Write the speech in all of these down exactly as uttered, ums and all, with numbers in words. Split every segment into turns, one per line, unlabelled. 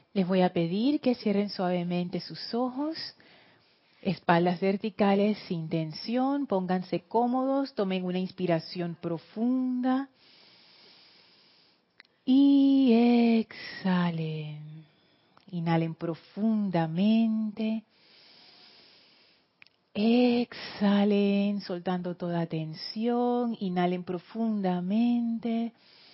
Les voy a pedir que cierren suavemente sus ojos, espaldas verticales sin tensión, pónganse cómodos, tomen una inspiración profunda y exhalen. Inhalen profundamente, exhalen soltando toda tensión, inhalen profundamente.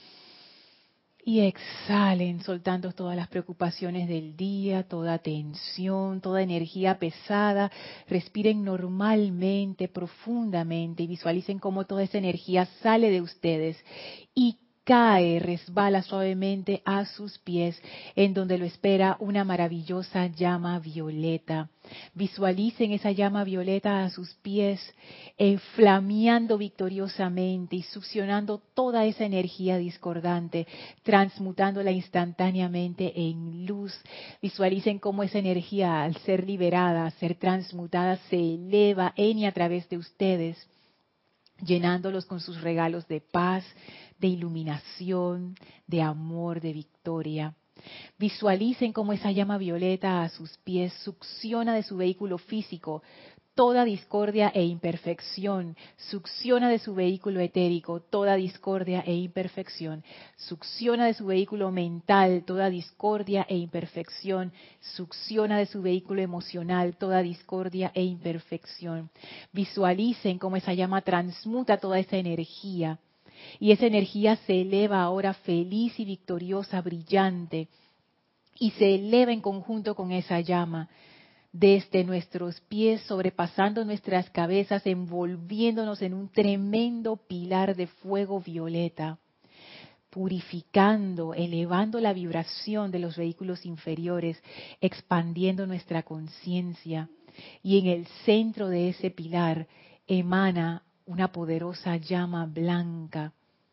Y exhalen, soltando todas las preocupaciones del día, toda tensión, toda energía pesada. Respiren normalmente, profundamente y visualicen cómo toda esa energía sale de ustedes y cae, resbala suavemente a sus pies, en donde lo espera una maravillosa llama violeta. Visualicen esa llama violeta a sus pies, eh, flameando victoriosamente y succionando toda esa energía discordante, transmutándola instantáneamente en luz. Visualicen cómo esa energía, al ser liberada, al ser transmutada, se eleva en y a través de ustedes, llenándolos con sus regalos de paz, de iluminación, de amor, de victoria. Visualicen cómo esa llama violeta a sus pies succiona de su vehículo físico toda discordia e imperfección, succiona de su vehículo etérico toda discordia e imperfección, succiona de su vehículo mental toda discordia e imperfección, succiona de su vehículo emocional toda discordia e imperfección. Visualicen cómo esa llama transmuta toda esa energía y esa energía se eleva ahora feliz y victoriosa, brillante, y se eleva en conjunto con esa llama desde nuestros pies, sobrepasando nuestras cabezas, envolviéndonos en un tremendo pilar de fuego violeta, purificando, elevando la vibración de los vehículos inferiores, expandiendo nuestra conciencia. Y en el centro de ese pilar emana una poderosa llama blanca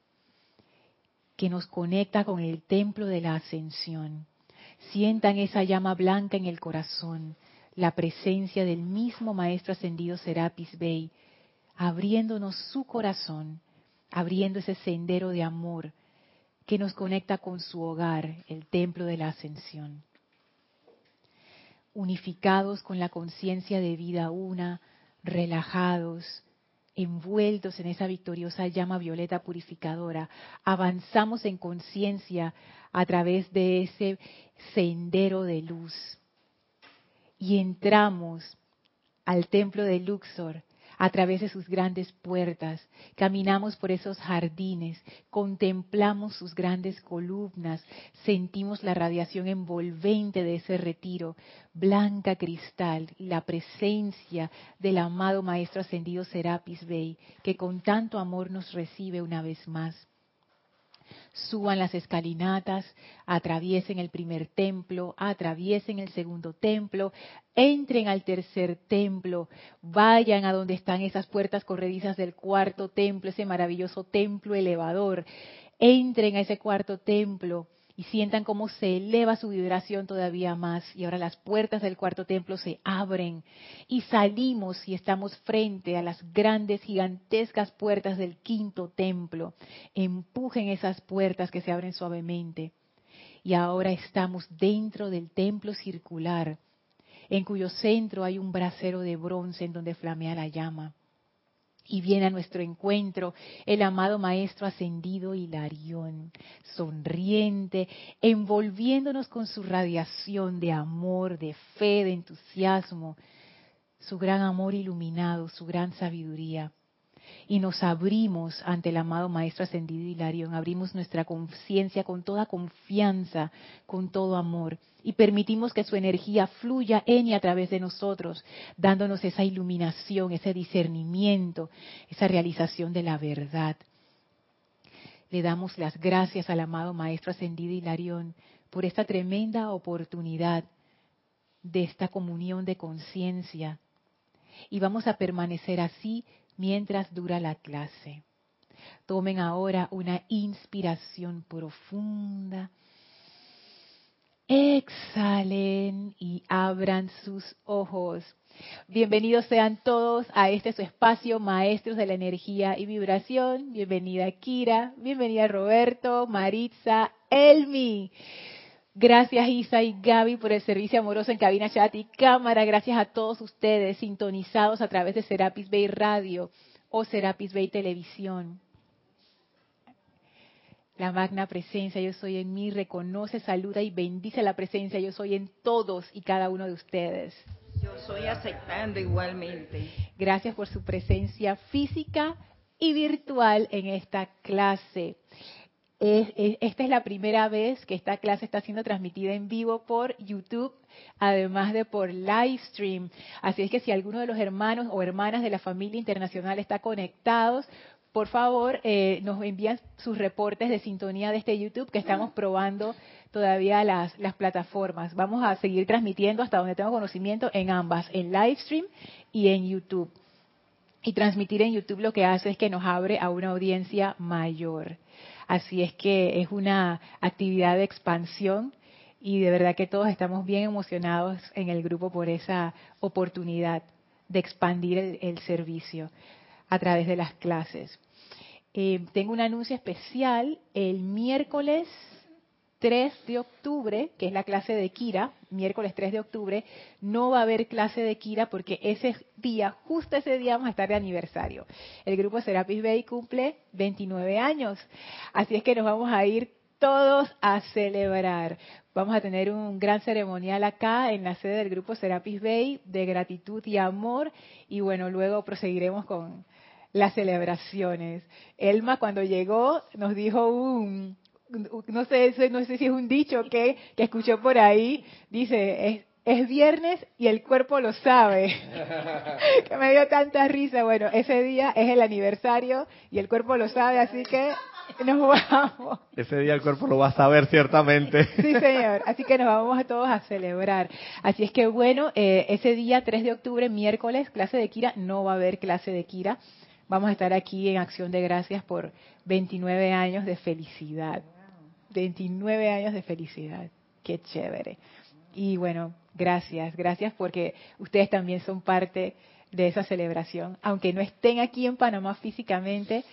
que nos conecta con el templo de la ascensión. Sientan esa llama blanca en el corazón, la presencia del mismo Maestro Ascendido Serapis Bey, abriéndonos su corazón, abriendo ese sendero de amor que nos conecta con su hogar, el templo de la ascensión. Unificados con la conciencia de vida una, relajados, envueltos en esa victoriosa llama violeta purificadora, avanzamos en conciencia a través de ese sendero de luz y entramos al templo de Luxor a través de sus grandes puertas, caminamos por esos jardines, contemplamos sus grandes columnas, sentimos la radiación envolvente de ese retiro, blanca cristal, y la presencia del amado Maestro Ascendido Serapis Bey, que con tanto amor nos recibe una vez más. Suban las escalinatas, atraviesen el primer templo, atraviesen el segundo templo, entren al tercer templo, vayan a donde están esas puertas corredizas del cuarto templo, ese maravilloso templo elevador. Entren a ese cuarto templo y sientan cómo se eleva su vibración todavía más. Y ahora las puertas del cuarto templo se abren y salimos y estamos frente a las grandes, gigantescas puertas del quinto templo. Empujen esas puertas que se abren suavemente. Y ahora estamos dentro del templo circular, en cuyo centro hay un brasero de bronce en donde flamea la llama. Y viene a nuestro encuentro el amado Maestro Ascendido Hilarión, sonriente, envolviéndonos con su radiación de amor, de fe, de entusiasmo, su gran amor iluminado, su gran sabiduría. Y nos abrimos ante el amado Maestro Ascendido Hilarión, abrimos nuestra conciencia con toda confianza, con todo amor, y permitimos que su energía fluya en y a través de nosotros, dándonos esa iluminación, ese discernimiento, esa realización de la verdad. Le damos las gracias al amado Maestro Ascendido Hilarión por esta tremenda oportunidad de esta comunión de conciencia. Y vamos a permanecer así mientras dura la clase. Tomen ahora una inspiración profunda. Exhalen y abran sus ojos. Bienvenidos sean todos a este su espacio, Maestros de la Energía y Vibración. Bienvenida Kira, bienvenida Roberto, Maritza, Elmi. Gracias Isa y Gaby por el servicio amoroso en cabina, chat y cámara. Gracias a todos ustedes sintonizados a través de Serapis Bay Radio o Serapis Bay Televisión. La magna presencia yo soy en mí reconoce, saluda y bendice la presencia yo soy en todos y cada uno de ustedes.
Yo soy aceptando igualmente.
Gracias por su presencia física y virtual en esta clase. Es, es, esta es la primera vez que esta clase está siendo transmitida en vivo por YouTube, además de por Livestream. Así es que si alguno de los hermanos o hermanas de la familia internacional está conectados, por favor, eh, nos envían sus reportes de sintonía de este YouTube que estamos probando todavía las, las plataformas. Vamos a seguir transmitiendo hasta donde tengo conocimiento en ambas, en Livestream y en YouTube. Y transmitir en YouTube lo que hace es que nos abre a una audiencia mayor. Así es que es una actividad de expansión y de verdad que todos estamos bien emocionados en el grupo por esa oportunidad de expandir el, el servicio a través de las clases. Eh, tengo un anuncio especial el miércoles tres de octubre, que es la clase de Kira, miércoles tres de octubre, no va a haber clase de Kira porque ese día, justo ese día vamos a estar de aniversario. El grupo Serapis Bay cumple veintinueve años, así es que nos vamos a ir todos a celebrar. Vamos a tener un gran ceremonial acá en la sede del grupo Serapis Bay de gratitud y amor y bueno, luego proseguiremos con las celebraciones. Elma cuando llegó nos dijo un, no sé, no sé si es un dicho que, que escuchó por ahí, dice, es, es viernes y el cuerpo lo sabe. Que me dio tanta risa. Bueno, ese día es el aniversario y el cuerpo lo sabe, así que nos vamos.
Ese día el cuerpo lo va a saber ciertamente.
Sí, señor. Así que nos vamos a todos a celebrar. Así es que bueno, eh, ese día tres de octubre, miércoles, clase de Kira, no va a haber clase de Kira. Vamos a estar aquí en acción de gracias por veintinueve años de felicidad. veintinueve años de felicidad. Qué chévere. Y bueno, gracias, gracias porque ustedes también son parte de esa celebración. Aunque no estén aquí en Panamá físicamente,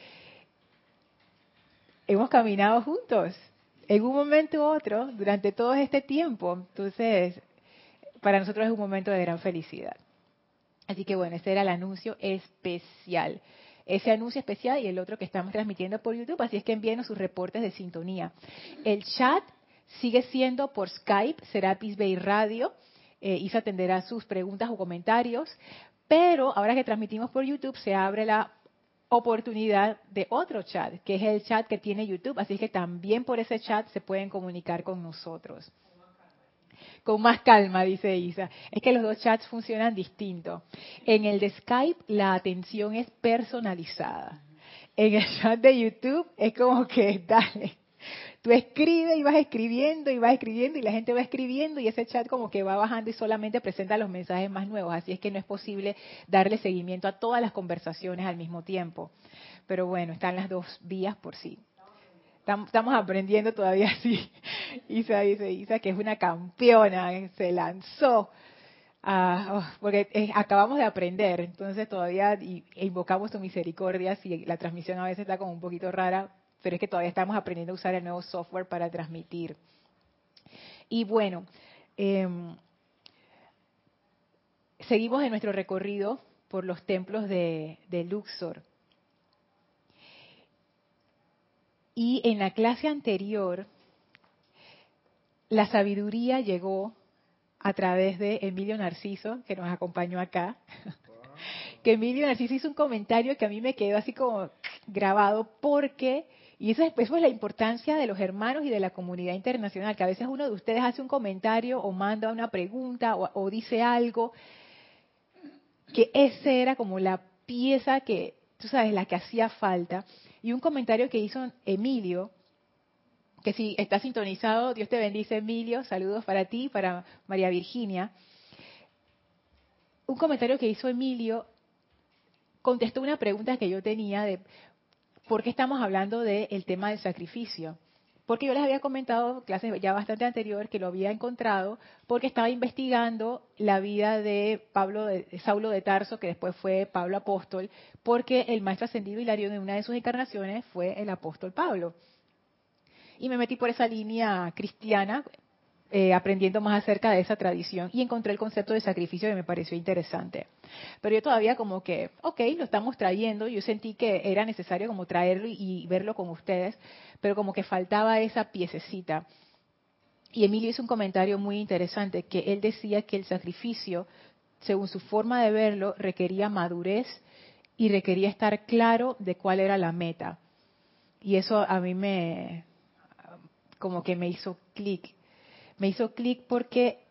hemos caminado juntos en un momento u otro durante todo este tiempo. Entonces, para nosotros es un momento de gran felicidad. Así que bueno, ese era el anuncio especial. Ese anuncio especial y el otro que estamos transmitiendo por YouTube, así es que envíenos sus reportes de sintonía. El chat sigue siendo por Skype, Serapis Bay Radio. Eh, Isa atenderá sus preguntas o comentarios, pero ahora que transmitimos por YouTube se abre la oportunidad de otro chat, que es el chat que tiene YouTube, así que también por ese chat se pueden comunicar con nosotros. Con más calma, dice Isa. Es que los dos chats funcionan distinto. En el de Skype la atención es personalizada. En el chat de YouTube es como que, dale, tú escribes y vas escribiendo y vas escribiendo y la gente va escribiendo y ese chat como que va bajando y solamente presenta los mensajes más nuevos. Así es que no es posible darle seguimiento a todas las conversaciones al mismo tiempo. Pero bueno, están las dos vías por sí. Estamos aprendiendo todavía así. Isa dice, Isa que es una campeona, se lanzó. Uh, oh, porque eh, acabamos de aprender, entonces todavía y, e invocamos tu misericordia si la transmisión a veces está como un poquito rara, pero es que todavía estamos aprendiendo a usar el nuevo software para transmitir. Y bueno, eh, seguimos en nuestro recorrido por los templos de, de Luxor. Y en la clase anterior, la sabiduría llegó a través de Emilio Narciso, que nos acompañó acá. Que Emilio Narciso hizo un comentario que a mí me quedó así como grabado, porque, y eso es, eso es la importancia de los hermanos y de la comunidad internacional, que a veces uno de ustedes hace un comentario o manda una pregunta o, o dice algo, que esa era como la pieza que, tú sabes, la que hacía falta. Y un comentario que hizo Emilio, que si está sintonizado, Dios te bendice Emilio, saludos para ti, para María Virginia. Un comentario que hizo Emilio contestó una pregunta que yo tenía de por qué estamos hablando del tema del sacrificio. Porque yo les había comentado, clase ya bastante anterior, que lo había encontrado porque estaba investigando la vida de Pablo, de Saulo de Tarso, que después fue Pablo Apóstol, porque el maestro ascendido Hilarión en una de sus encarnaciones fue el apóstol Pablo. Y me metí por esa línea cristiana, eh, aprendiendo más acerca de esa tradición y encontré el concepto de sacrificio que me pareció interesante. Pero yo todavía como que, ok, lo estamos trayendo, yo sentí que era necesario como traerlo y, y verlo con ustedes, pero como que faltaba esa piececita. Y Emilio hizo un comentario muy interesante, que él decía que el sacrificio, según su forma de verlo, requería madurez y requería estar claro de cuál era la meta. Y eso a mí me, como que me hizo clic. Me hizo clic porque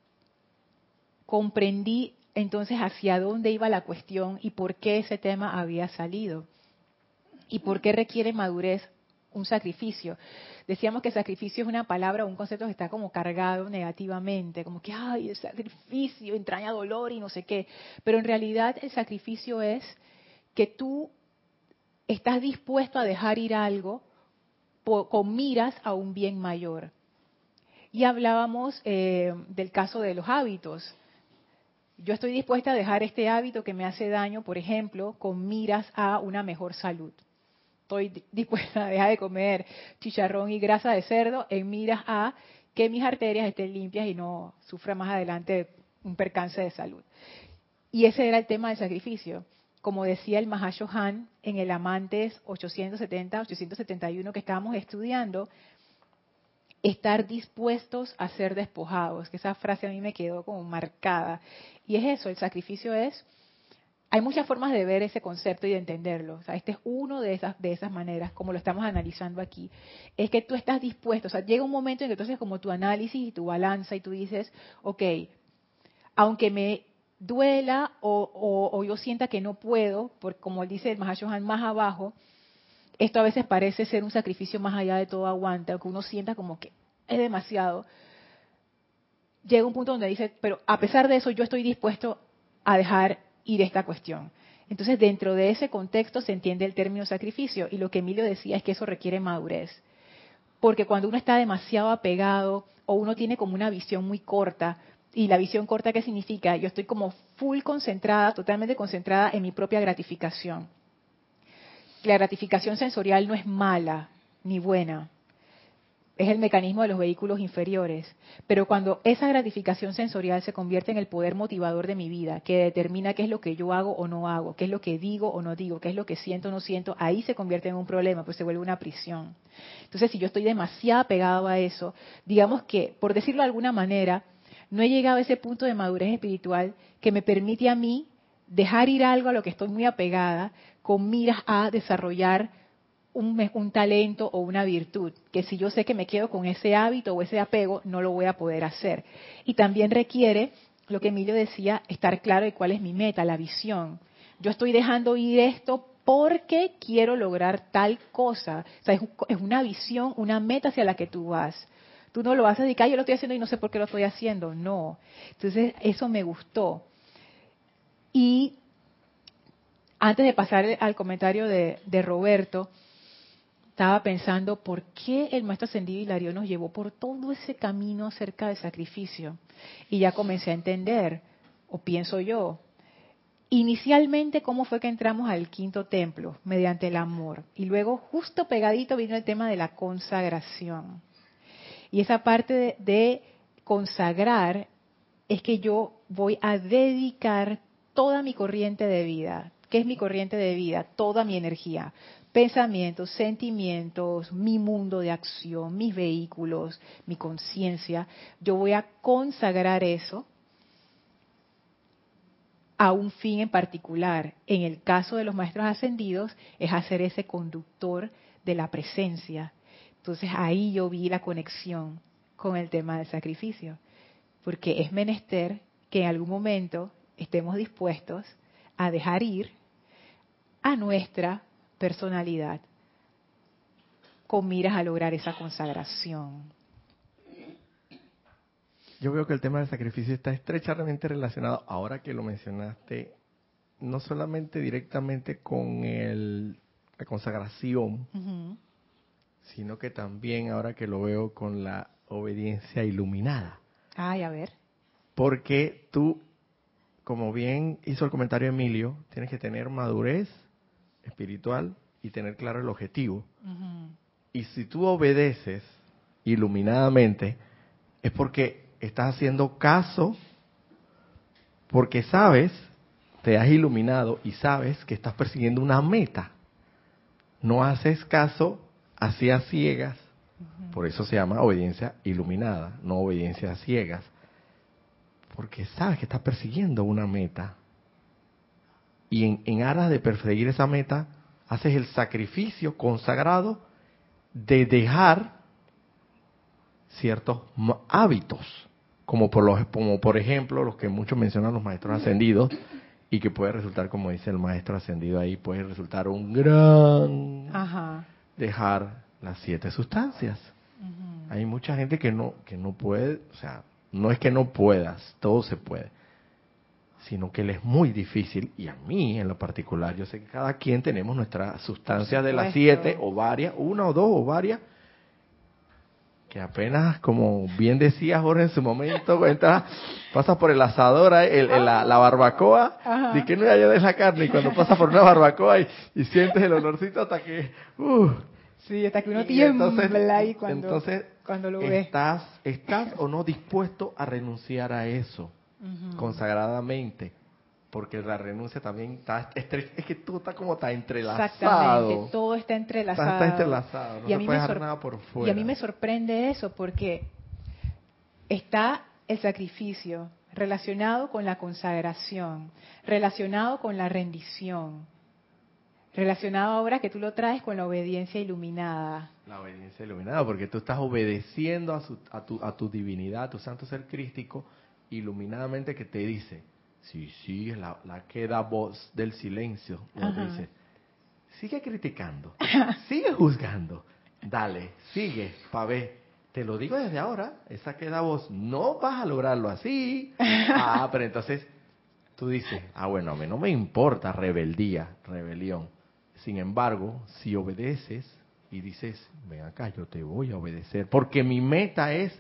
comprendí entonces hacia dónde iba la cuestión y por qué ese tema había salido. Y por qué requiere madurez un sacrificio. Decíamos que sacrificio es una palabra o un concepto que está como cargado negativamente, como que, ay, el sacrificio entraña dolor y no sé qué. Pero en realidad el sacrificio es que tú estás dispuesto a dejar ir algo por, con miras a un bien mayor. Y hablábamos eh, del caso de los hábitos. Yo estoy dispuesta a dejar este hábito que me hace daño, por ejemplo, con miras a una mejor salud. Estoy dispuesta a dejar de comer chicharrón y grasa de cerdo en miras a que mis arterias estén limpias y no sufra más adelante un percance de salud. Y ese era el tema del sacrificio. Como decía el Mahashohan en el Amantes ochocientos setenta, ochocientos setenta y uno que estábamos estudiando, estar dispuestos a ser despojados, que esa frase a mí me quedó como marcada. Y es eso, el sacrificio es... Hay muchas formas de ver ese concepto y de entenderlo. O sea, este es uno de esas, de esas maneras, como lo estamos analizando aquí. Es que tú estás dispuesto, o sea, llega un momento en que entonces como tu análisis y tu balanza y tú dices, ok, aunque me duela o, o, o yo sienta que no puedo, porque como dice el Mahashohan más abajo, esto a veces parece ser un sacrificio más allá de todo aguante, aunque uno sienta como que es demasiado. Llega un punto donde dice, pero a pesar de eso yo estoy dispuesto a dejar ir esta cuestión. Entonces, dentro de ese contexto se entiende el término sacrificio y lo que Emilio decía es que eso requiere madurez. Porque cuando uno está demasiado apegado o uno tiene como una visión muy corta, y la visión corta, ¿qué significa? Yo estoy como full concentrada, totalmente concentrada en mi propia gratificación. La gratificación sensorial no es mala ni buena. Es el mecanismo de los vehículos inferiores. Pero cuando esa gratificación sensorial se convierte en el poder motivador de mi vida, que determina qué es lo que yo hago o no hago, qué es lo que digo o no digo, qué es lo que siento o no siento, ahí se convierte en un problema, pues se vuelve una prisión. Entonces, si yo estoy demasiado pegado a eso, digamos que, por decirlo de alguna manera, no he llegado a ese punto de madurez espiritual que me permite a mí dejar ir algo a lo que estoy muy apegada, con miras a desarrollar Un, un talento o una virtud, que si yo sé que me quedo con ese hábito o ese apego, no lo voy a poder hacer. Y también requiere, lo que Emilio decía, estar claro de cuál es mi meta, la visión. Yo estoy dejando ir esto porque quiero lograr tal cosa. O sea, es, es una visión, una meta hacia la que tú vas. Tú no lo vas a dedicar, yo lo estoy haciendo y no sé por qué lo estoy haciendo. No. Entonces, eso me gustó. Y antes de pasar al comentario de, de Roberto, estaba pensando por qué el maestro ascendido Hilarión nos llevó por todo ese camino acerca del sacrificio. Y ya comencé a entender, o pienso yo, inicialmente cómo fue que entramos al quinto templo, mediante el amor. Y luego justo pegadito vino el tema de la consagración. Y esa parte de, de consagrar es que yo voy a dedicar toda mi corriente de vida. ¿Qué es mi corriente de vida? Toda mi energía. Pensamientos, sentimientos, mi mundo de acción, mis vehículos, mi conciencia. Yo voy a consagrar eso a un fin en particular. En el caso de los maestros ascendidos, es hacer ese conductor de la presencia. Entonces ahí yo vi la conexión con el tema del sacrificio. Porque es menester que en algún momento estemos dispuestos a dejar ir a nuestra personalidad con miras a lograr esa consagración.
Yo veo que el tema del sacrificio está estrechamente relacionado, ahora que lo mencionaste, no solamente directamente con el, la consagración, uh-huh. sino que también, ahora que lo veo, con la obediencia iluminada.
Ay, a ver.
Porque tú, como bien hizo el comentario Emilio, tienes que tener madurez espiritual y tener claro el objetivo. Uh-huh. Y si tú obedeces iluminadamente, es porque estás haciendo caso, porque sabes, te has iluminado y sabes que estás persiguiendo una meta. No haces caso así a ciegas. Por eso se llama obediencia iluminada, no obediencia a ciegas. Porque sabes que estás persiguiendo una meta. Y en, en aras de perseguir esa meta, haces el sacrificio consagrado de dejar ciertos hábitos, como por, los, como por ejemplo los que muchos mencionan los maestros ascendidos, y que puede resultar, como dice el maestro ascendido ahí, puede resultar un gran
Ajá.
dejar las siete sustancias. Uh-huh. Hay mucha gente que no, que no puede, o sea, no es que no puedas, todo se puede, sino que le es muy difícil, y a mí en lo particular, yo sé que cada quien tenemos nuestras sustancias de las siete, o varias, una o dos o varias, que apenas, como bien decía Jorge en su momento, entras, pasas por el asador, el, el, la, la barbacoa, Ajá. de que no hay de la carne, y cuando pasas por una barbacoa y, y sientes el olorcito hasta que... Uh,
sí, hasta que uno tiembla entonces, ahí cuando,
entonces,
cuando lo ves.
Estás, ¿Estás o no dispuesto a renunciar a eso uh-huh. consagradamente? Porque la renuncia también está, es que todo está como está entrelazado.
Exactamente, todo está entrelazado.
Está, está entrelazado, no
y
se puede dejar nada por fuera.
Y a mí me sorprende eso porque está el sacrificio relacionado con la consagración, relacionado con la rendición, relacionado ahora que tú lo traes con la obediencia iluminada.
La obediencia iluminada, porque tú estás obedeciendo a, su, a, tu, a tu divinidad, a tu santo ser crístico, iluminadamente, que te dice... Sí, sí, la, la queda voz del silencio. Te dice, sigue criticando, sigue juzgando, dale, sigue, pa' ver. Te lo digo desde ahora, esa queda voz, no vas a lograrlo así. Ah, pero entonces tú dices, ah, bueno, a mí no me importa rebeldía, rebelión. Sin embargo, si obedeces y dices, ven acá, yo te voy a obedecer, porque mi meta es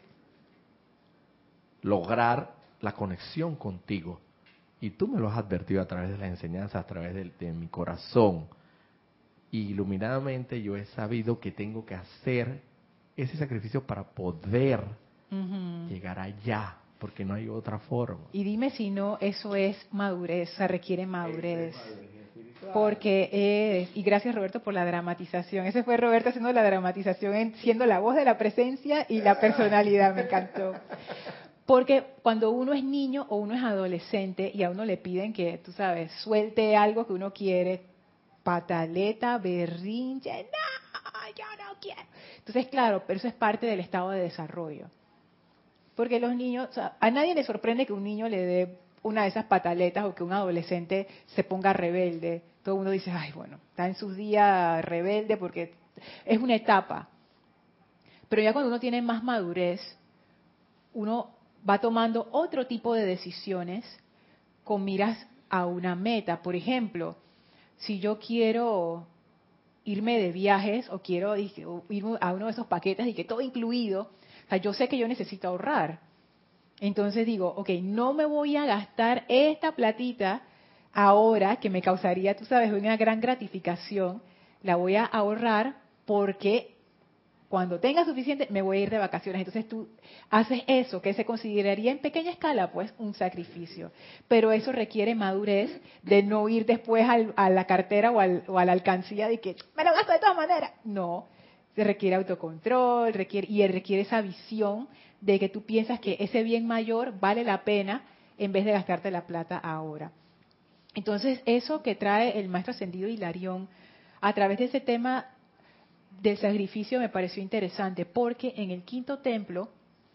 lograr la conexión contigo. Y tú me lo has advertido a través de las enseñanzas, a través de, de mi corazón. Y iluminadamente yo he sabido que tengo que hacer ese sacrificio para poder uh-huh. llegar allá, porque no hay otra forma.
Y dime si no, eso es madurez, o sea, requiere madurez. Porque es, y gracias Roberto por la dramatización. Ese fue Roberto haciendo la dramatización, en, siendo la voz de la presencia y la personalidad, me encantó. Porque cuando uno es niño o uno es adolescente y a uno le piden que, tú sabes, suelte algo que uno quiere, pataleta, berrinche, no, yo no quiero. Entonces, claro, pero eso es parte del estado de desarrollo. Porque los niños, o sea, a nadie le sorprende que un niño le dé una de esas pataletas o que un adolescente se ponga rebelde. Todo el mundo dice, ay, bueno, está en sus días rebelde porque es una etapa. Pero ya cuando uno tiene más madurez, uno va tomando otro tipo de decisiones con miras a una meta. Por ejemplo, si yo quiero irme de viajes o quiero ir a uno de esos paquetes y que todo incluido, o sea, yo sé que yo necesito ahorrar. Entonces digo, ok, no me voy a gastar esta platita ahora que me causaría, tú sabes, una gran gratificación, la voy a ahorrar porque cuando tenga suficiente me voy a ir de vacaciones. Entonces tú haces eso, que se consideraría en pequeña escala, pues, un sacrificio. Pero eso requiere madurez de no ir después al, a la cartera o, al, o a la alcancía de que me lo gasto de todas maneras. No, se requiere autocontrol, requiere y requiere esa visión de que tú piensas que ese bien mayor vale la pena en vez de gastarte la plata ahora. Entonces, eso que trae el maestro ascendido Hilarión a través de ese tema del sacrificio me pareció interesante, porque en el quinto templo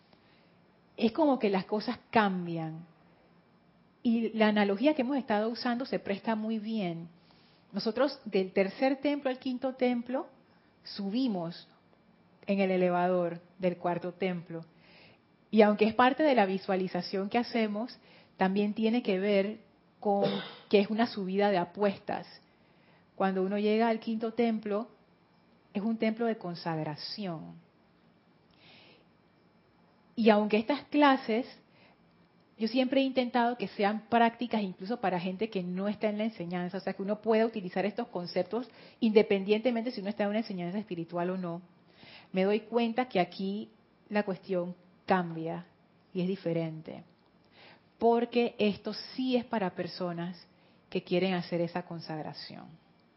es como que las cosas cambian. Y la analogía que hemos estado usando se presta muy bien. Nosotros del tercer templo al quinto templo subimos en el elevador del cuarto templo. Y aunque es parte de la visualización que hacemos, también tiene que ver con que es una subida de apuestas. Cuando uno llega al quinto templo, es un templo de consagración. Y aunque estas clases, yo siempre he intentado que sean prácticas incluso para gente que no está en la enseñanza, o sea, que uno pueda utilizar estos conceptos independientemente si uno está en una enseñanza espiritual o no. Me doy cuenta que aquí la cuestión cambia y es diferente. Porque esto sí es para personas que quieren hacer esa consagración.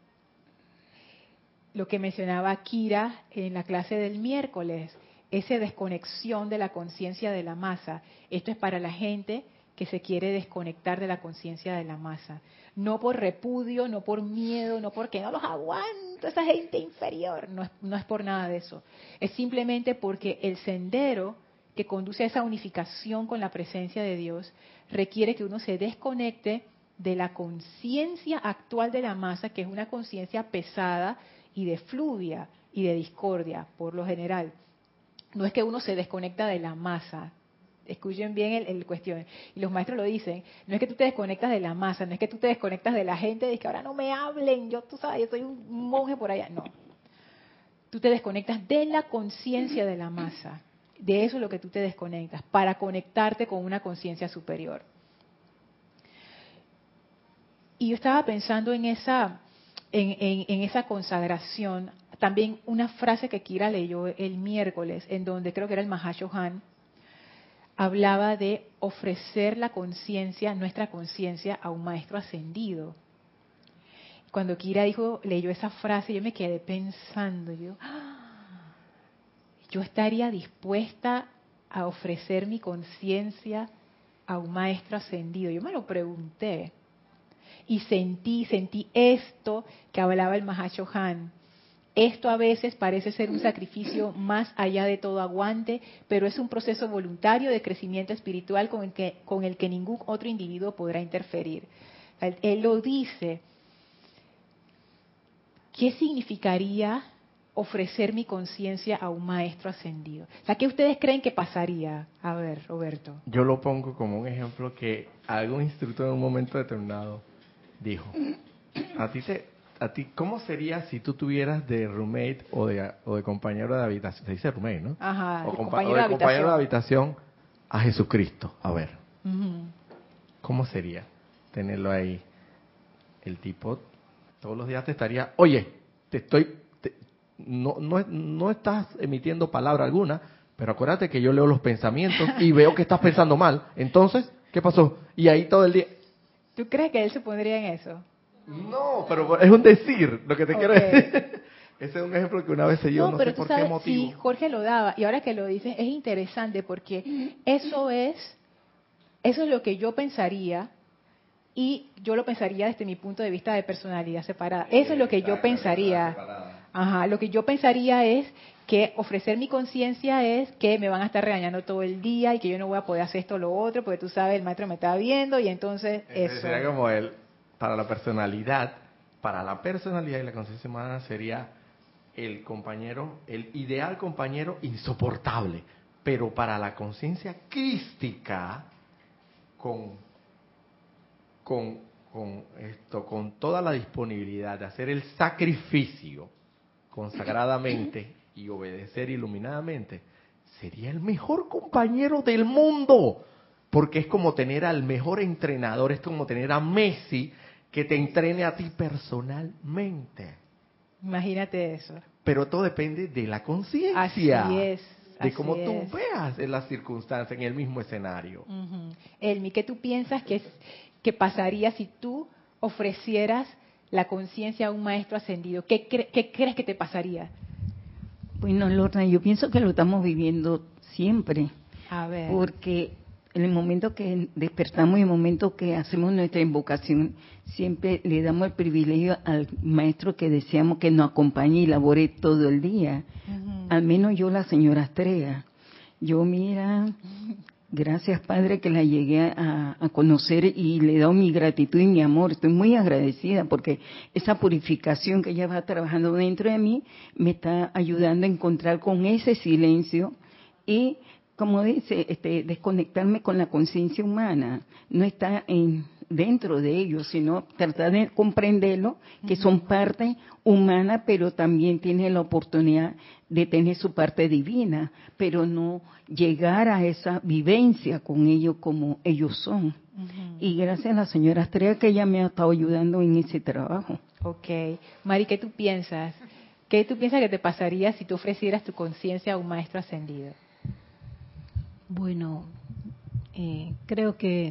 Lo que mencionaba Kira en la clase del miércoles, esa desconexión de la conciencia de la masa. Esto es para la gente que se quiere desconectar de la conciencia de la masa. No por repudio, no por miedo, no porque no los aguanto, esa gente inferior. No es, no es por nada de eso. Es simplemente porque el sendero que conduce a esa unificación con la presencia de Dios requiere que uno se desconecte de la conciencia actual de la masa, que es una conciencia pesada y de fluvia y de discordia, por lo general. No es que uno se desconecta de la masa. Escuchen bien el, el cuestión. Y los maestros lo dicen, no es que tú te desconectas de la masa, no es que tú te desconectas de la gente, de que ahora no me hablen, yo, tú sabes, yo soy un monje por allá. No. Tú te desconectas de la conciencia de la masa. De eso es lo que tú te desconectas, para conectarte con una conciencia superior. Y yo estaba pensando en esa, en, en, en esa consagración, también una frase que Kira leyó el miércoles, en donde creo que era el Mahashohan, hablaba de ofrecer la conciencia, nuestra conciencia, a un maestro ascendido. Cuando Kira dijo, leyó esa frase, yo me quedé pensando, yo, ¡ah! Yo estaría dispuesta a ofrecer mi conciencia a un maestro ascendido. Yo me lo pregunté y sentí, sentí esto que hablaba el Mahashohan. Esto a veces parece ser un sacrificio más allá de todo aguante, pero es un proceso voluntario de crecimiento espiritual con el que, con el que ningún otro individuo podrá interferir. Él, él lo dice. ¿Qué significaría ofrecer mi conciencia a un maestro ascendido? O sea, ¿qué ustedes creen que pasaría? A ver, Roberto.
Yo lo pongo como un ejemplo que algún instructor en un momento determinado dijo, a ti te... ¿A ti cómo sería si tú tuvieras de roommate o de, o de compañero de habitación? Se dice roommate, ¿no?
Ajá,
o,
de
compa
compañero,
o de
de
compañero de habitación a Jesucristo. A ver,
uh-huh.
¿Cómo sería tenerlo ahí? El tipo todos los días te estaría, oye, te estoy, te, no, no, no estás emitiendo palabra alguna, pero acuérdate que yo leo los pensamientos y veo que estás pensando mal. Entonces, ¿qué pasó? Y ahí todo el día.
¿Tú crees que él se pondría en eso?
No, pero es un decir, lo que te
okay.
quiero decir. Ese es un ejemplo que una vez se dio, no,
no pero
sé
tú
por
sabes,
qué motivo.
Sí, Jorge lo daba, y ahora que lo dices es interesante porque eso es, eso es lo que yo pensaría, y yo lo pensaría desde mi punto de vista de personalidad separada. Eso es lo que yo pensaría. Ajá, lo que yo pensaría es que ofrecer mi conciencia es que me van a estar regañando todo el día y que yo no voy a poder hacer esto o lo otro, porque tú sabes, el maestro me está viendo y entonces
Ese
eso.
sería como el, para la personalidad, para la personalidad y la conciencia humana sería el compañero, el ideal compañero insoportable, pero para la conciencia crística, con, con, con esto, con toda la disponibilidad de hacer el sacrificio consagradamente y obedecer iluminadamente, sería el mejor compañero del mundo, porque es como tener al mejor entrenador, es como tener a Messi que te entrene a ti personalmente.
Imagínate eso.
Pero todo depende de la conciencia.
Así es.
De
así
cómo
es.
tú veas en las circunstancias, en el mismo escenario.
Uh-huh. Elmi, ¿qué tú piensas que, que pasaría si tú ofrecieras la conciencia a un maestro ascendido? ¿Qué, cre ¿Qué crees que te pasaría?
Bueno, Lorna, yo pienso que lo estamos viviendo siempre.
A ver.
Porque en el momento que despertamos y en el momento que hacemos nuestra invocación, siempre le damos el privilegio al maestro que deseamos que nos acompañe y labore todo el día. Uh-huh. Al menos yo, la señora Astrea. Yo, mira, gracias Padre que la llegué a, a conocer y le he dado mi gratitud y mi amor. Estoy muy agradecida porque esa purificación que ella va trabajando dentro de mí me está ayudando a encontrar con ese silencio y, como dice, este, desconectarme con la conciencia humana. No está en, dentro de ellos, sino tratar de comprenderlo, que son parte humana, pero también tiene la oportunidad de tener su parte divina, pero no llegar a esa vivencia con ellos como ellos son. Uh-huh. Y gracias a la señora Estrella que ella me ha estado ayudando en ese trabajo.
Ok. Mari, ¿qué tú piensas? ¿Qué tú piensas que te pasaría si tú ofrecieras tu conciencia a un maestro ascendido?
Bueno, eh, creo que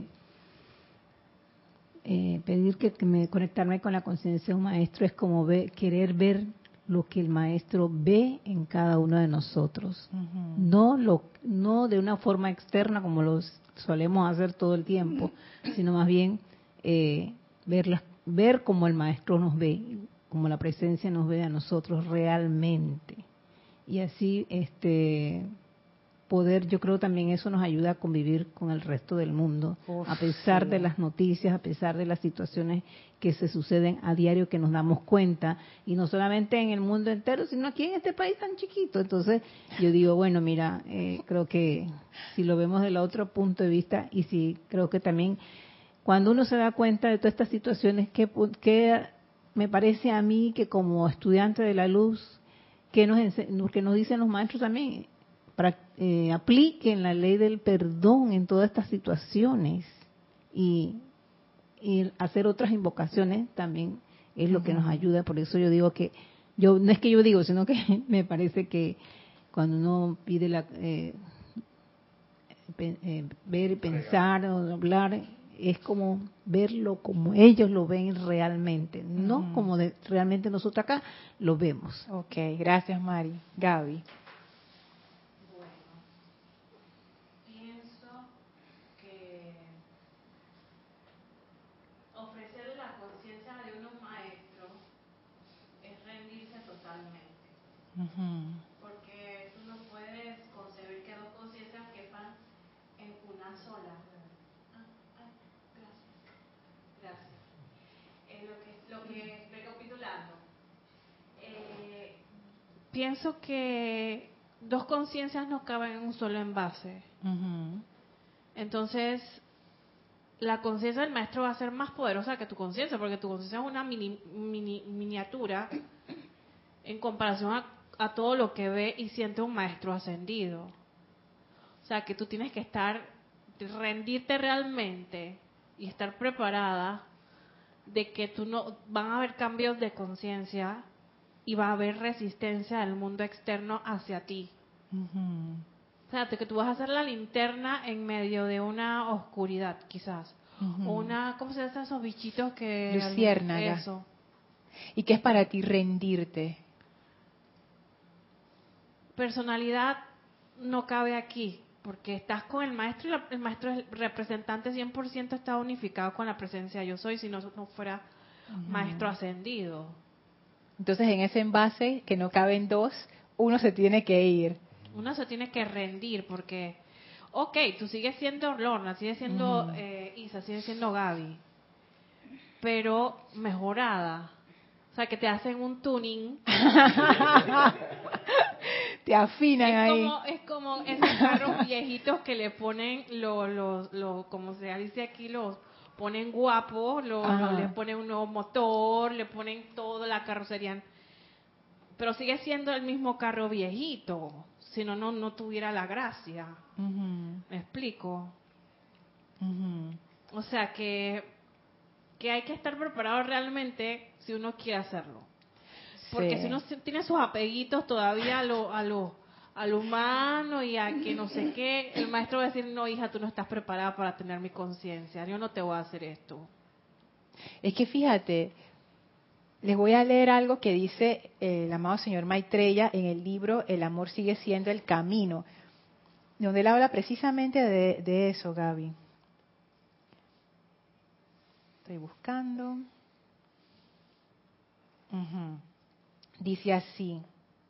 eh, pedir que, que me conectarme con la conciencia de un maestro es como ver, querer ver lo que el maestro ve en cada uno de nosotros, uh-huh. no lo no de una forma externa como lo solemos hacer todo el tiempo, sino más bien eh, verlas, ver como el maestro nos ve, como la presencia nos ve a nosotros realmente, y así este poder, yo creo también eso nos ayuda a convivir con el resto del mundo, Uf, a pesar sí. de las noticias, a pesar de las situaciones que se suceden a diario, que nos damos cuenta, y no solamente en el mundo entero, sino aquí en este país tan chiquito. Entonces yo digo, bueno, mira, eh, creo que si lo vemos del otro punto de vista, y si creo que también cuando uno se da cuenta de todas estas situaciones, que, que me parece a mí que como estudiante de la luz, que nos, que nos dicen los maestros también, para eh, apliquen la ley del perdón en todas estas situaciones, y, y hacer otras invocaciones también es lo uh-huh. que nos ayuda. Por eso yo digo que, yo no es que yo digo, sino que me parece que cuando uno pide la, eh, pe, eh, ver, pensar o hablar, es como verlo como ellos lo ven realmente, no uh-huh. como de, realmente nosotros acá lo vemos.
Ok, gracias Mari. Gaby.
Uh-huh. Porque tú no puedes concebir que dos conciencias quepan en una sola. Ah, ah, gracias. Gracias. Eh, lo que, lo que recapitulando, eh, pienso que dos conciencias no caben en un solo envase. Uh-huh. Entonces, la conciencia del maestro va a ser más poderosa que tu conciencia, porque tu conciencia es una mini, mini, miniatura en comparación a a todo lo que ve y siente un maestro ascendido. O sea, que tú tienes que estar, rendirte realmente y estar preparada de que tú no, van a haber cambios de conciencia y va a haber resistencia del mundo externo hacia ti. Uh-huh. O sea, que tú vas a ser la linterna en medio de una oscuridad, quizás. Uh-huh. O una, ¿cómo se llaman esos bichitos que...
Luciérnaga.
Eso.
¿Y qué es para ti rendirte?
Personalidad no cabe aquí, porque estás con el maestro y la, el maestro es el representante cien por ciento, está unificado con la presencia yo soy, si no, no fuera uh-huh. maestro ascendido.
Entonces en ese envase que no caben dos, uno se tiene que ir.
Uno se tiene que rendir porque, ok, tú sigues siendo Lorna, sigues siendo uh-huh. eh, Isa, sigues siendo Gaby, pero mejorada. O sea, que te hacen un tuning.
Te afinan
es
ahí.
Como, es como esos carros viejitos que le ponen, los, los, los, como se dice aquí, los ponen guapos, lo, lo, le ponen un nuevo motor, le ponen toda la carrocería. Pero sigue siendo el mismo carro viejito, si no, no, no tuviera la gracia. Uh-huh. ¿Me explico? Uh-huh. O sea, que, que hay que estar preparado realmente si uno quiere hacerlo. Porque sí. si uno tiene sus apeguitos todavía a lo, a lo, a lo humano y a que no sé qué, el maestro va a decir, no hija, tú no estás preparada para tener mi conciencia, yo no te voy a hacer esto.
Es que fíjate, les voy a leer algo que dice el amado señor Maitreya en el libro El amor sigue siendo el camino, donde él habla precisamente de, de eso, Gaby. Estoy buscando. Uh-huh. Dice así.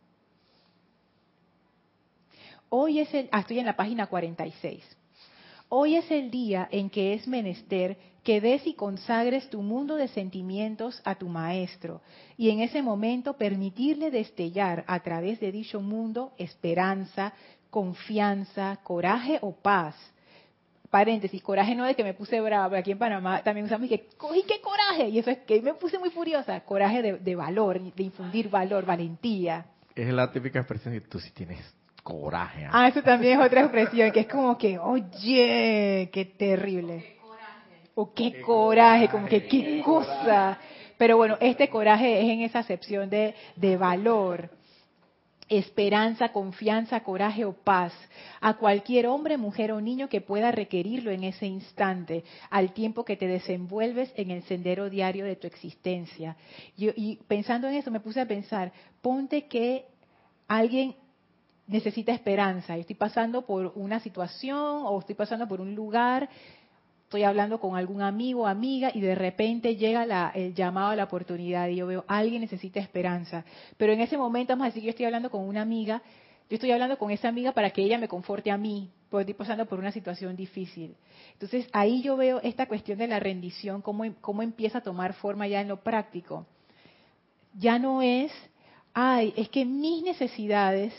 Hoy es el, ah, estoy en la página cuarenta y seis. Hoy es el día en que es menester que des y consagres tu mundo de sentimientos a tu maestro, y en ese momento permitirle destellar a través de dicho mundo esperanza, confianza, coraje o paz. Paréntesis, coraje no de que me puse brava, aquí en Panamá también usamos que cogí qué coraje, y eso es que me puse muy furiosa, coraje de, de valor, de infundir valor, valentía.
Es la típica expresión que tú sí tienes coraje. ¿eh?
Ah, eso también es otra expresión, que es como que, oye, qué terrible. O qué, qué coraje, coraje, como que qué cosa. Pero bueno, este coraje es en esa acepción de, de valor. esperanza, confianza, coraje o paz a cualquier hombre, mujer o niño que pueda requerirlo en ese instante, al tiempo que te desenvuelves en el sendero diario de tu existencia. Yo, y pensando en eso me puse a pensar, ponte que alguien necesita esperanza, yo estoy pasando por una situación o estoy pasando por un lugar, estoy hablando con algún amigo o amiga y de repente llega la, el llamado a la oportunidad y yo veo, alguien necesita esperanza. Pero en ese momento, vamos a decir que yo estoy hablando con una amiga, yo estoy hablando con esa amiga para que ella me conforte a mí, porque estoy pasando por una situación difícil. Entonces ahí yo veo esta cuestión de la rendición, cómo, cómo empieza a tomar forma ya en lo práctico. Ya no es, ay, es que mis necesidades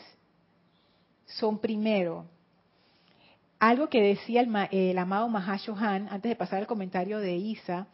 son primero. Algo que decía el, el amado Mahashohan, antes de pasar al comentario de Isa,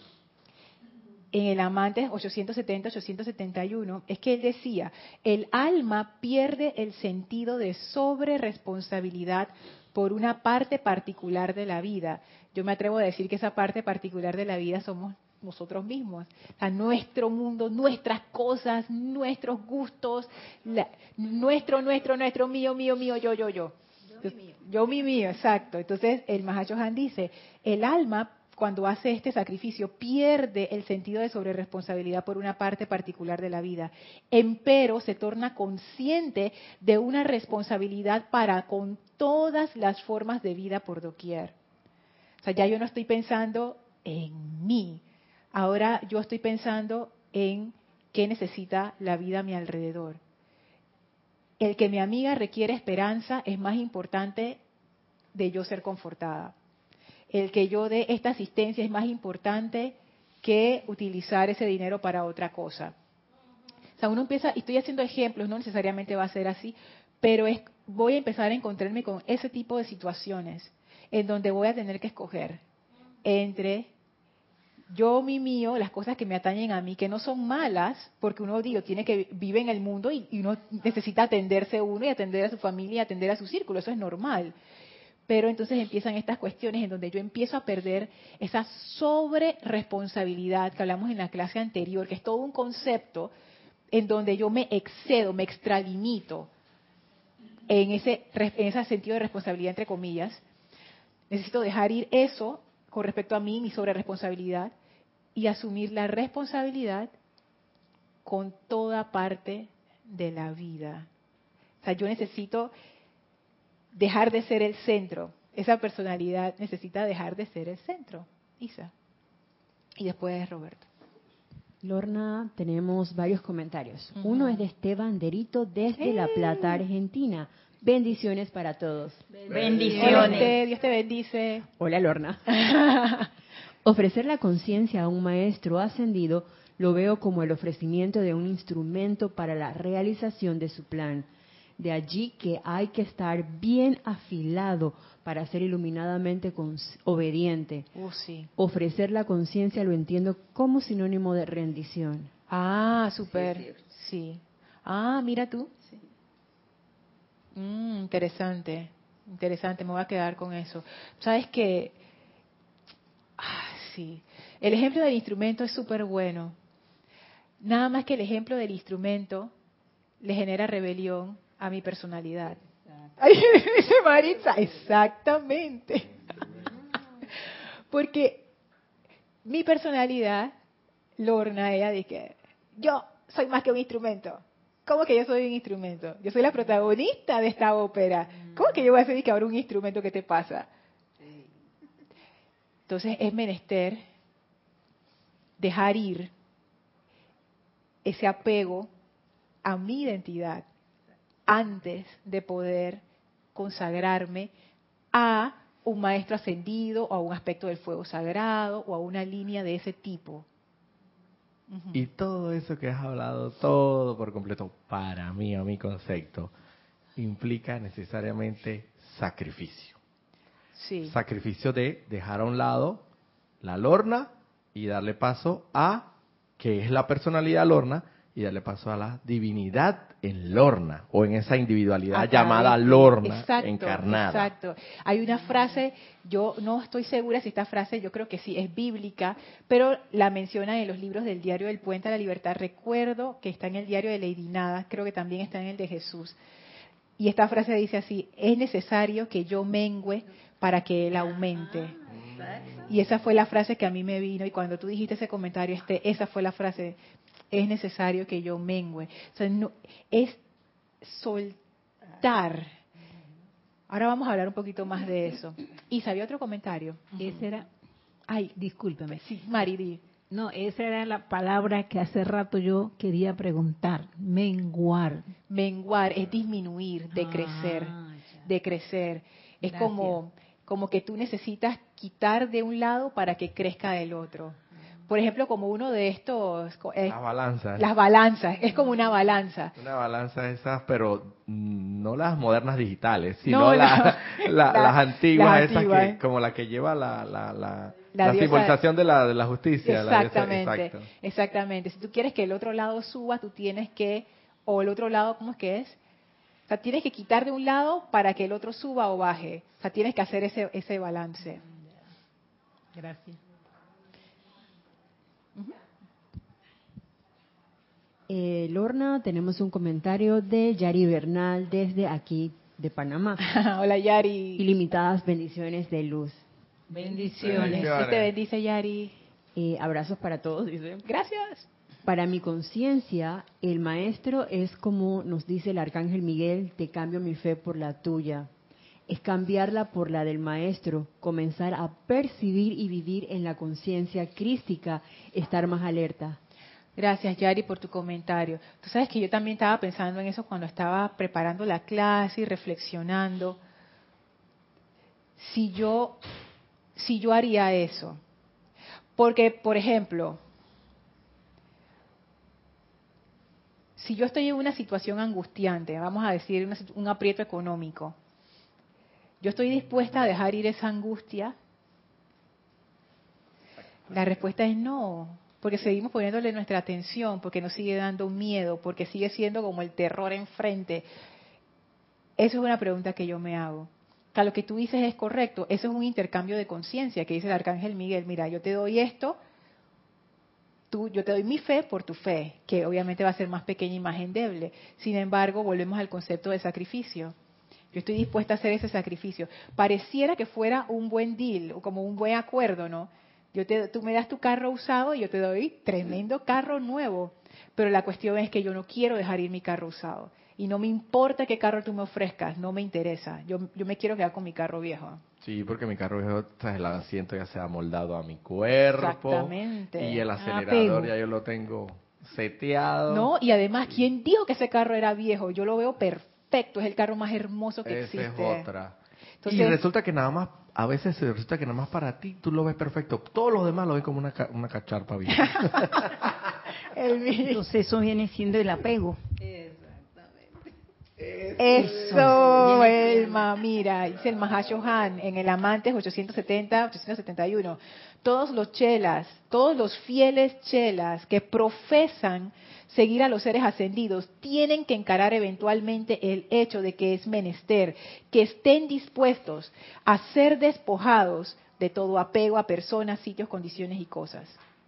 en el Amantes ochocientos setenta a ochocientos setenta y uno, es que él decía, el alma pierde el sentido de sobreresponsabilidad por una parte particular de la vida. Yo me atrevo a decir que esa parte particular de la vida somos nosotros mismos. O sea, nuestro mundo, nuestras cosas, nuestros gustos, la, nuestro, nuestro, nuestro, mío, mío, mío, yo, yo, yo. Entonces, yo mi mío, exacto. Entonces el Mahashohan dice, el alma cuando hace este sacrificio pierde el sentido de sobreresponsabilidad por una parte particular de la vida, empero se torna consciente de una responsabilidad para con todas las formas de vida por doquier. O sea, ya yo no estoy pensando en mí, ahora yo estoy pensando en qué necesita la vida a mi alrededor. El que mi amiga requiere esperanza es más importante de yo ser confortada. El que yo dé esta asistencia es más importante que utilizar ese dinero para otra cosa. O sea, uno empieza, y estoy haciendo ejemplos, no necesariamente va a ser así, pero es, voy a empezar a encontrarme con ese tipo de situaciones en donde voy a tener que escoger entre yo, mi mío, las cosas que me atañen a mí, que no son malas, porque uno digo, tiene que vive en el mundo y, y uno necesita atenderse uno y atender a su familia y atender a su círculo, eso es normal. Pero entonces empiezan estas cuestiones en donde yo empiezo a perder esa sobreresponsabilidad que hablamos en la clase anterior, que es todo un concepto en donde yo me excedo, me extralimito en ese, en ese sentido de responsabilidad, entre comillas. Necesito dejar ir eso con respecto a mí, mi sobreresponsabilidad, y asumir la responsabilidad con toda parte de la vida. O sea, yo necesito dejar de ser el centro. Esa personalidad necesita dejar de ser el centro. Isa. Y después Roberto.
Lorna, tenemos varios comentarios. Uh-huh. Uno es de Esteban Derito desde ¡hey! La Plata, Argentina. Bendiciones para todos.
Bendiciones. Hola, Dios te bendice.
Hola, Lorna. Ofrecer la conciencia a un maestro ascendido lo veo como el ofrecimiento de un instrumento para la realización de su plan. De allí que hay que estar bien afilado para ser iluminadamente obediente.
Uh, sí.
Ofrecer la conciencia lo entiendo como sinónimo de rendición.
Ah, súper. Sí, sí. sí. Ah, mira tú. Sí. Mm, interesante, interesante, me voy a quedar con eso. Sabes que, ah, sí, el ejemplo del instrumento es súper bueno. Nada más que el ejemplo del instrumento le genera rebelión a mi personalidad. Ay, dice Maritza, exactamente. Porque mi personalidad, Lorna, ella dice, yo soy más que un instrumento. ¿Cómo que yo soy un instrumento? Yo soy la protagonista de esta ópera. ¿Cómo que yo voy a ser que ahora un instrumento? ¿Qué te pasa? Entonces es menester dejar ir ese apego a mi identidad antes de poder consagrarme a un maestro ascendido o a un aspecto del fuego sagrado o a una línea de ese tipo.
Y todo eso que has hablado, todo por completo, para mí, a mi concepto, implica necesariamente sacrificio.
Sí.
Sacrificio de dejar a un lado la Lorna y darle paso a, que es la personalidad Lorna, y darle paso a la divinidad en Lorna, o en esa individualidad
A través
llamada
de-
Lorna
exacto,
encarnada.
Exacto. Hay una frase, yo no estoy segura si esta frase, yo creo que sí, es bíblica, pero la mencionan en los libros del Diario del Puente a la Libertad. Recuerdo que está en el Diario de Lady Nada, creo que también está en el de Jesús. Y esta frase dice así: es necesario que yo mengüe para que Él aumente. Y esa fue la frase que a mí me vino, y cuando tú dijiste ese comentario, este, esa fue la frase: es necesario que yo mengüe. O sea, no, es soltar. Ahora vamos a hablar un poquito más de eso. Y sabía otro comentario.
Esa era,
Ay,
discúlpeme.
sí, Mari, di.
No, esa era la palabra que hace rato yo quería preguntar. Menguar.
Menguar es disminuir, decrecer,
Ah, ya.
decrecer. Es
Gracias.
como, como que tú necesitas quitar de un lado para que crezca del otro. Por ejemplo, como uno de estos, eh,
Las balanzas.
las balanzas, es como una balanza.
Una balanza de esas, pero mm, no las modernas digitales, sino
No,
la-
la-
la-
la-
las antiguas,
las
esas
antiguas.
que, como la que lleva la, la, la,
La
la
diosa-
simbolización de la, de la justicia. la diosa-
Exactamente,
exacto.
exactamente. Si tú quieres que el otro lado suba, tú tienes que, o el otro lado, ¿cómo es que es? O sea, tienes que quitar de un lado para que el otro suba o baje. O sea, tienes que hacer ese, ese balance.
Gracias.
Eh, Lorna, tenemos un comentario de Yari Bernal desde aquí, de Panamá.
Hola, Yari.
Ilimitadas bendiciones de luz.
Bendiciones.
Dios te bendice, Yari.
Eh, abrazos para todos, dice.
Gracias.
Para mi conciencia, el maestro es como nos dice el arcángel Miguel: te cambio mi fe por la tuya. Es cambiarla por la del maestro, comenzar a percibir y vivir en la conciencia crística, estar más alerta.
Gracias, Yari, por tu comentario. Tú sabes que yo también estaba pensando en eso cuando estaba preparando la clase y reflexionando. Si yo, si yo haría eso. Porque, por ejemplo, si yo estoy en una situación angustiante, vamos a decir una situ- un aprieto económico, ¿yo estoy dispuesta a dejar ir esa angustia? La respuesta es no, porque seguimos poniéndole nuestra atención, porque nos sigue dando miedo, porque sigue siendo como el terror enfrente. Eso es una pregunta que yo me hago. O sea, lo que tú dices es correcto, eso es un intercambio de conciencia que dice el arcángel Miguel: mira, yo te doy esto, tú, yo te doy mi fe por tu fe, que obviamente va a ser más pequeña y más endeble. Sin embargo, volvemos al concepto de sacrificio. Yo estoy dispuesta a hacer ese sacrificio. Pareciera que fuera un buen deal, o como un buen acuerdo, ¿no? Yo te, tú me das tu carro usado y yo te doy tremendo carro nuevo. Pero la cuestión es que yo no quiero dejar ir mi carro usado. Y no me importa qué carro tú me ofrezcas, no me interesa. Yo, yo me quiero quedar con mi carro viejo.
Sí, porque mi carro viejo, tras el asiento ya se ha moldado a mi cuerpo.
Exactamente.
Y el
Apego.
acelerador ya yo lo tengo seteado.
No, y además, ¿quién dijo que ese carro era viejo? Yo lo veo perfecto, es el carro más hermoso que
Esa
existe.
es otra.
Entonces-
y resulta que nada más, a veces resulta que nada más para ti tú lo ves perfecto. Todos los demás lo ven como una, ca- una cacharpa vieja.
El mío.
Entonces eso viene siendo el apego.
Eso, Elma, mira, dice el Mahashohan en el Amantes ochocientos setenta, ochocientos setenta y uno. Todos los chelas, todos los fieles chelas que profesan seguir a los seres ascendidos tienen que encarar eventualmente el hecho de que es menester, que estén dispuestos a ser despojados de todo apego a personas, sitios, condiciones y cosas.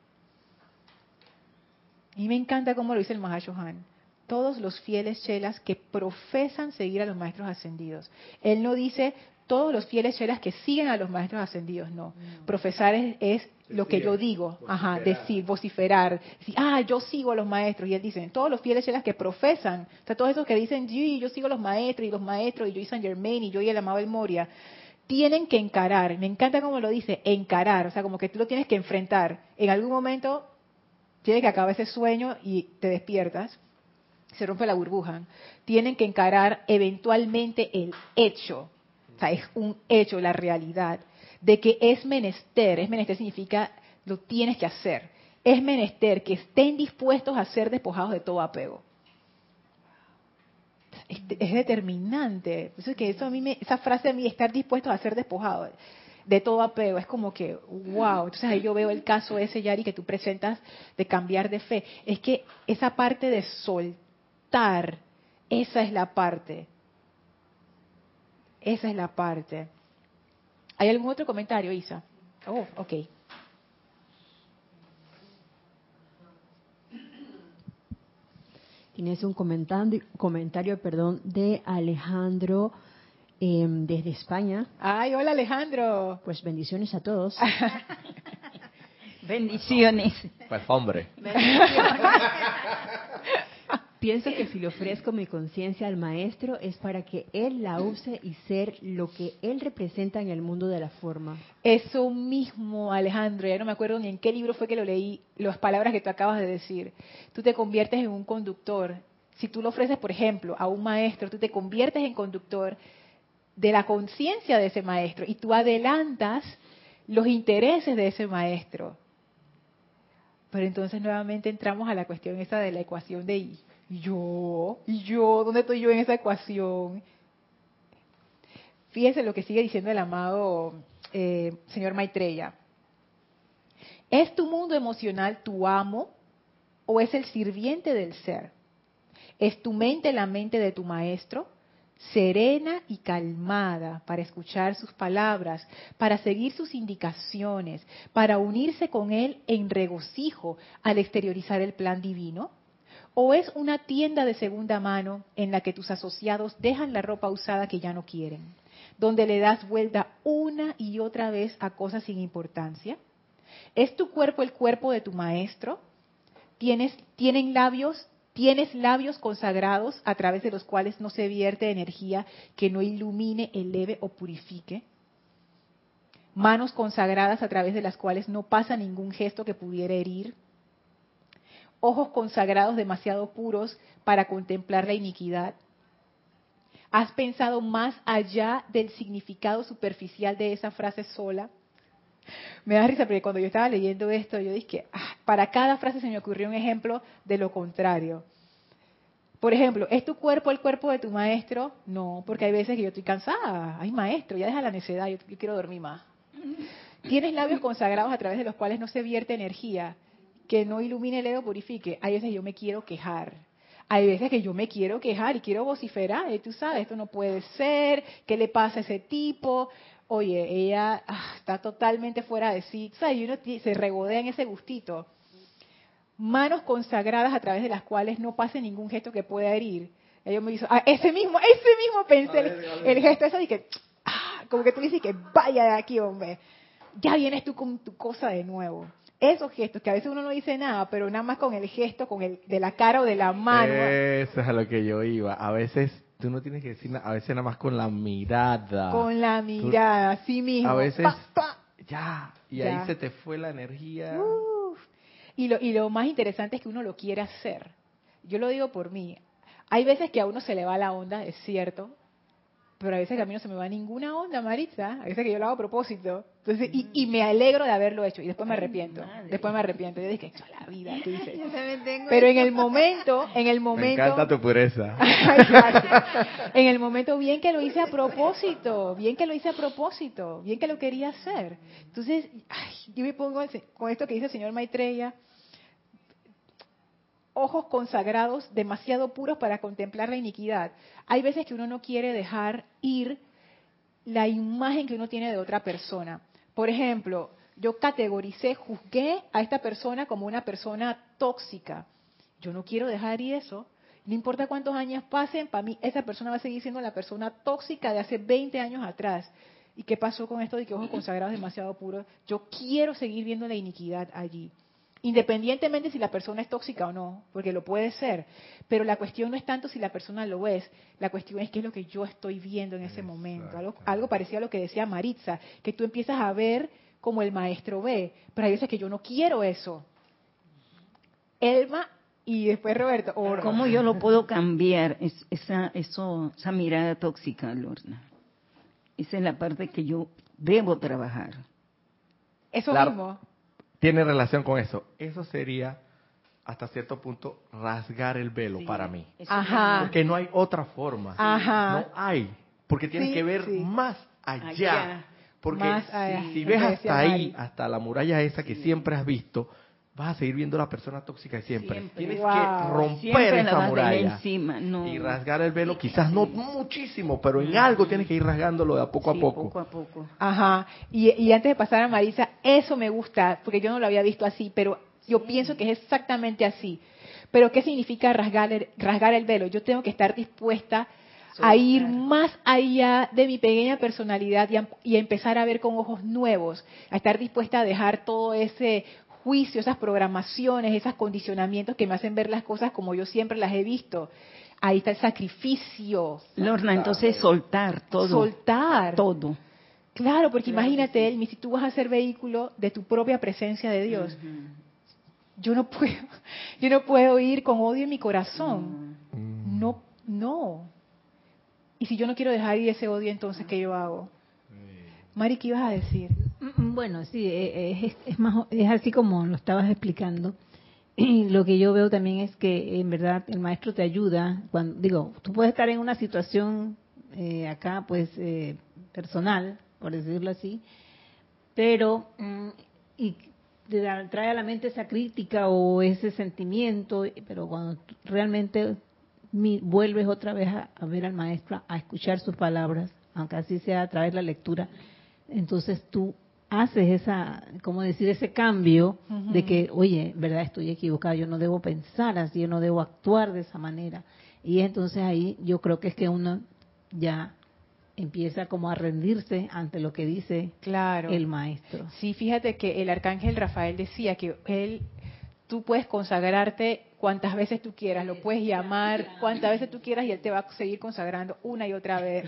Y me encanta cómo lo dice el Mahashohan. Todos los fieles chelas que profesan seguir a los maestros ascendidos. Él no dice todos los fieles chelas que siguen a los maestros ascendidos, no. Profesar es, es lo que yo digo, ajá, decir, vociferar, decir, ah, yo sigo a los maestros. Y él dice, todos los fieles chelas que profesan, o sea, todos esos que dicen, sí, yo sigo a los maestros y los maestros, y yo y Saint Germain, y yo y el amado El Moria, tienen que encarar. Me encanta cómo lo dice, encarar, o sea, como que tú lo tienes que enfrentar. En algún momento tiene que acabar ese sueño y te despiertas, se rompe la burbuja. Tienen que encarar eventualmente el hecho, o sea, es un hecho, la realidad, de que es menester. Es menester significa lo tienes que hacer. Es menester que estén dispuestos a ser despojados de todo apego. Es, es determinante. Eso es que eso a mí me, esa frase de mí, estar dispuestos a ser despojados, de todo apego. Es como que, wow. Entonces ahí yo veo el caso ese, Yari, que tú presentas de cambiar de fe. Es que esa parte de soltar, esa es la parte. Esa es la parte. ¿Hay algún otro comentario, Isa? Oh, ok.
Tienes un comentario, comentario perdón, de Alejandro eh, desde España.
Ay, hola Alejandro.
Pues bendiciones a todos.
Bendiciones.
Pues hombre.
Pienso que si le ofrezco mi conciencia al maestro es para que él la use y ser lo que él representa en el mundo de la forma.
Eso mismo, Alejandro, ya no me acuerdo ni en qué libro fue que lo leí, las palabras que tú acabas de decir. Tú te conviertes en un conductor. Si tú lo ofreces, por ejemplo, a un maestro, tú te conviertes en conductor de la conciencia de ese maestro y tú adelantas los intereses de ese maestro. Pero entonces nuevamente entramos a la cuestión esa de la ecuación de y yo, y yo, ¿dónde estoy yo en esa ecuación? Fíjese lo que sigue diciendo el amado eh, señor Maitreya. ¿Es tu mundo emocional tu amo o es el sirviente del ser? ¿Es tu mente la mente de tu maestro? Serena y calmada para escuchar sus palabras, para seguir sus indicaciones, para unirse con él en regocijo al exteriorizar el plan divino. ¿O es una tienda de segunda mano en la que tus asociados dejan la ropa usada que ya no quieren, donde le das vuelta una y otra vez a cosas sin importancia? ¿Es tu cuerpo el cuerpo de tu maestro? ¿Tienes, tienen labios, ¿Tienes labios consagrados a través de los cuales no se vierte energía que no ilumine, eleve o purifique? ¿Manos consagradas a través de las cuales no pasa ningún gesto que pudiera herir? ¿Ojos consagrados demasiado puros para contemplar la iniquidad? ¿Has pensado más allá del significado superficial de esa frase sola? Me da risa porque cuando yo estaba leyendo esto, yo dije, ah, para cada frase se me ocurrió un ejemplo de lo contrario. Por ejemplo, ¿es tu cuerpo el cuerpo de tu maestro? No, porque hay veces que yo estoy cansada. Ay, maestro, ya deja la necedad, yo, yo quiero dormir más. ¿Tienes labios consagrados a través de los cuales no se vierte energía que no ilumine, eleve o purifique? Hay veces que yo me quiero quejar. Hay veces que yo me quiero quejar y quiero vociferar. Y tú sabes, esto no puede ser. ¿Qué le pasa a ese tipo? Oye, ella ah, está totalmente fuera de sí. ¿Sabes? Y uno se regodea en ese gustito. Manos consagradas a través de las cuales no pase ningún gesto que pueda herir. Ellos me dicen, ah, ese mismo, ese mismo pensé, ver, el, el gesto ese de que, ah, como que tú dices que vaya de aquí, hombre. Ya vienes tú con tu cosa de nuevo. Esos gestos que a veces uno no dice nada, pero nada más con el gesto, con el de la cara o de la mano.
Eso es a lo que yo iba. A veces tú no tienes que decir nada, a veces nada más con la mirada.
Con la mirada, así mismo.
A veces,
pa, pa.
ya, y
ya.
ahí se te fue la energía.
Uf. Y lo, y lo más interesante es que uno lo quiere hacer. Yo lo digo por mí. Hay veces que a uno se le va la onda, es cierto, pero a veces que a mí no se me va ninguna onda, Maritza. A veces que yo lo hago a propósito. Entonces, y, y me alegro de haberlo hecho. Y después me arrepiento. Ay, después me arrepiento. Yo dije, echa la vida, tú dices. Pero en el momento, en el momento...
Me encanta tu pureza.
En el momento, bien que lo hice a propósito. Bien que lo hice a propósito. Bien que lo quería hacer. Entonces, ay, yo me pongo con esto que dice el señor Maitreya. Ojos consagrados demasiado puros para contemplar la iniquidad. Hay veces que uno no quiere dejar ir la imagen que uno tiene de otra persona. Por ejemplo, yo categoricé, juzgué a esta persona como una persona tóxica. Yo no quiero dejar ir eso. No importa cuántos años pasen, para mí esa persona va a seguir siendo la persona tóxica de hace veinte años atrás. ¿Y qué pasó con esto de que ojos consagrados demasiado puros? Yo quiero seguir viendo la iniquidad allí. Independientemente si la persona es tóxica o no, porque lo puede ser. Pero la cuestión no es tanto si la persona lo es, la cuestión es qué es lo que yo estoy viendo en ese momento. Algo, algo parecido a lo que decía Maritza, que tú empiezas a ver como el maestro ve, pero hay veces que yo no quiero eso. Elma y después Roberto.
Or, ¿Cómo yo lo puedo cambiar, es, esa, eso, esa mirada tóxica, Lorna? Esa es la parte que yo debo trabajar.
Eso
claro.
mismo.
Tiene relación con eso. Eso sería, hasta cierto punto, rasgar el velo sí, para mí.
Ajá.
Porque no hay otra forma.
Ajá.
No hay. Porque tiene
sí,
que ver
sí.
más allá. allá. Porque
más,
si,
ah,
si
lo
ves
que
hasta
decía
ahí,
Mari.
hasta la muralla esa que siempre has visto, vas a seguir viendo a la persona tóxica de siempre.
Siempre.
Tienes
Wow.
que romper
Siempre la
esa
vas a tener
muralla
encima, no.
y rasgar el velo, quizás no muchísimo, pero en algo tienes que ir rasgándolo de a poco
Sí,
a poco.
poco a poco.
Ajá. Y, y antes de pasar a Marisa, eso me gusta, porque yo no lo había visto así, pero yo pienso que es exactamente así. Pero ¿qué significa rasgar el, rasgar el velo? Yo tengo que estar dispuesta a ir
Soltar.
más allá de mi pequeña personalidad y a, y a empezar a ver con ojos nuevos, a estar dispuesta a dejar todo ese juicio, esas programaciones, esos condicionamientos que me hacen ver las cosas como yo siempre las he visto. Ahí está el sacrificio.
Lorna, entonces soltar todo.
Soltar.
Todo.
Claro, porque imagínate, Elmi, si tú vas a ser vehículo de tu propia presencia de Dios, yo no puedo, yo no puedo ir con odio en mi corazón.
Mm.
No, no. Y si yo no quiero dejar ir ese odio, entonces, ¿qué yo hago? Mari, ¿qué ibas a decir?
Mm, Bueno, sí, eh, es, es más, es así como lo estabas explicando. Y lo que yo veo también es que en verdad el maestro te ayuda cuando, digo, tú puedes estar en una situación eh, acá, pues eh, personal, por decirlo así, pero mm, y te da- trae a la mente esa crítica o ese sentimiento, pero cuando tú realmente mi- vuelves otra vez a, a ver al maestro, a escuchar sus palabras, aunque así sea a través de la lectura, entonces tú haces esa, ¿cómo decir? Ese cambio
Ujú.
de que, oye, verdad, estoy equivocada, yo no debo pensar así, yo no debo actuar de esa manera. Y entonces ahí yo creo que es que uno ya empieza como a rendirse ante lo que dice
Claro.
el maestro.
Sí, fíjate que el arcángel Rafael decía que él, tú puedes consagrarte cuantas veces tú quieras, lo puedes llamar cuantas veces tú quieras y él te va a seguir consagrando una y otra vez.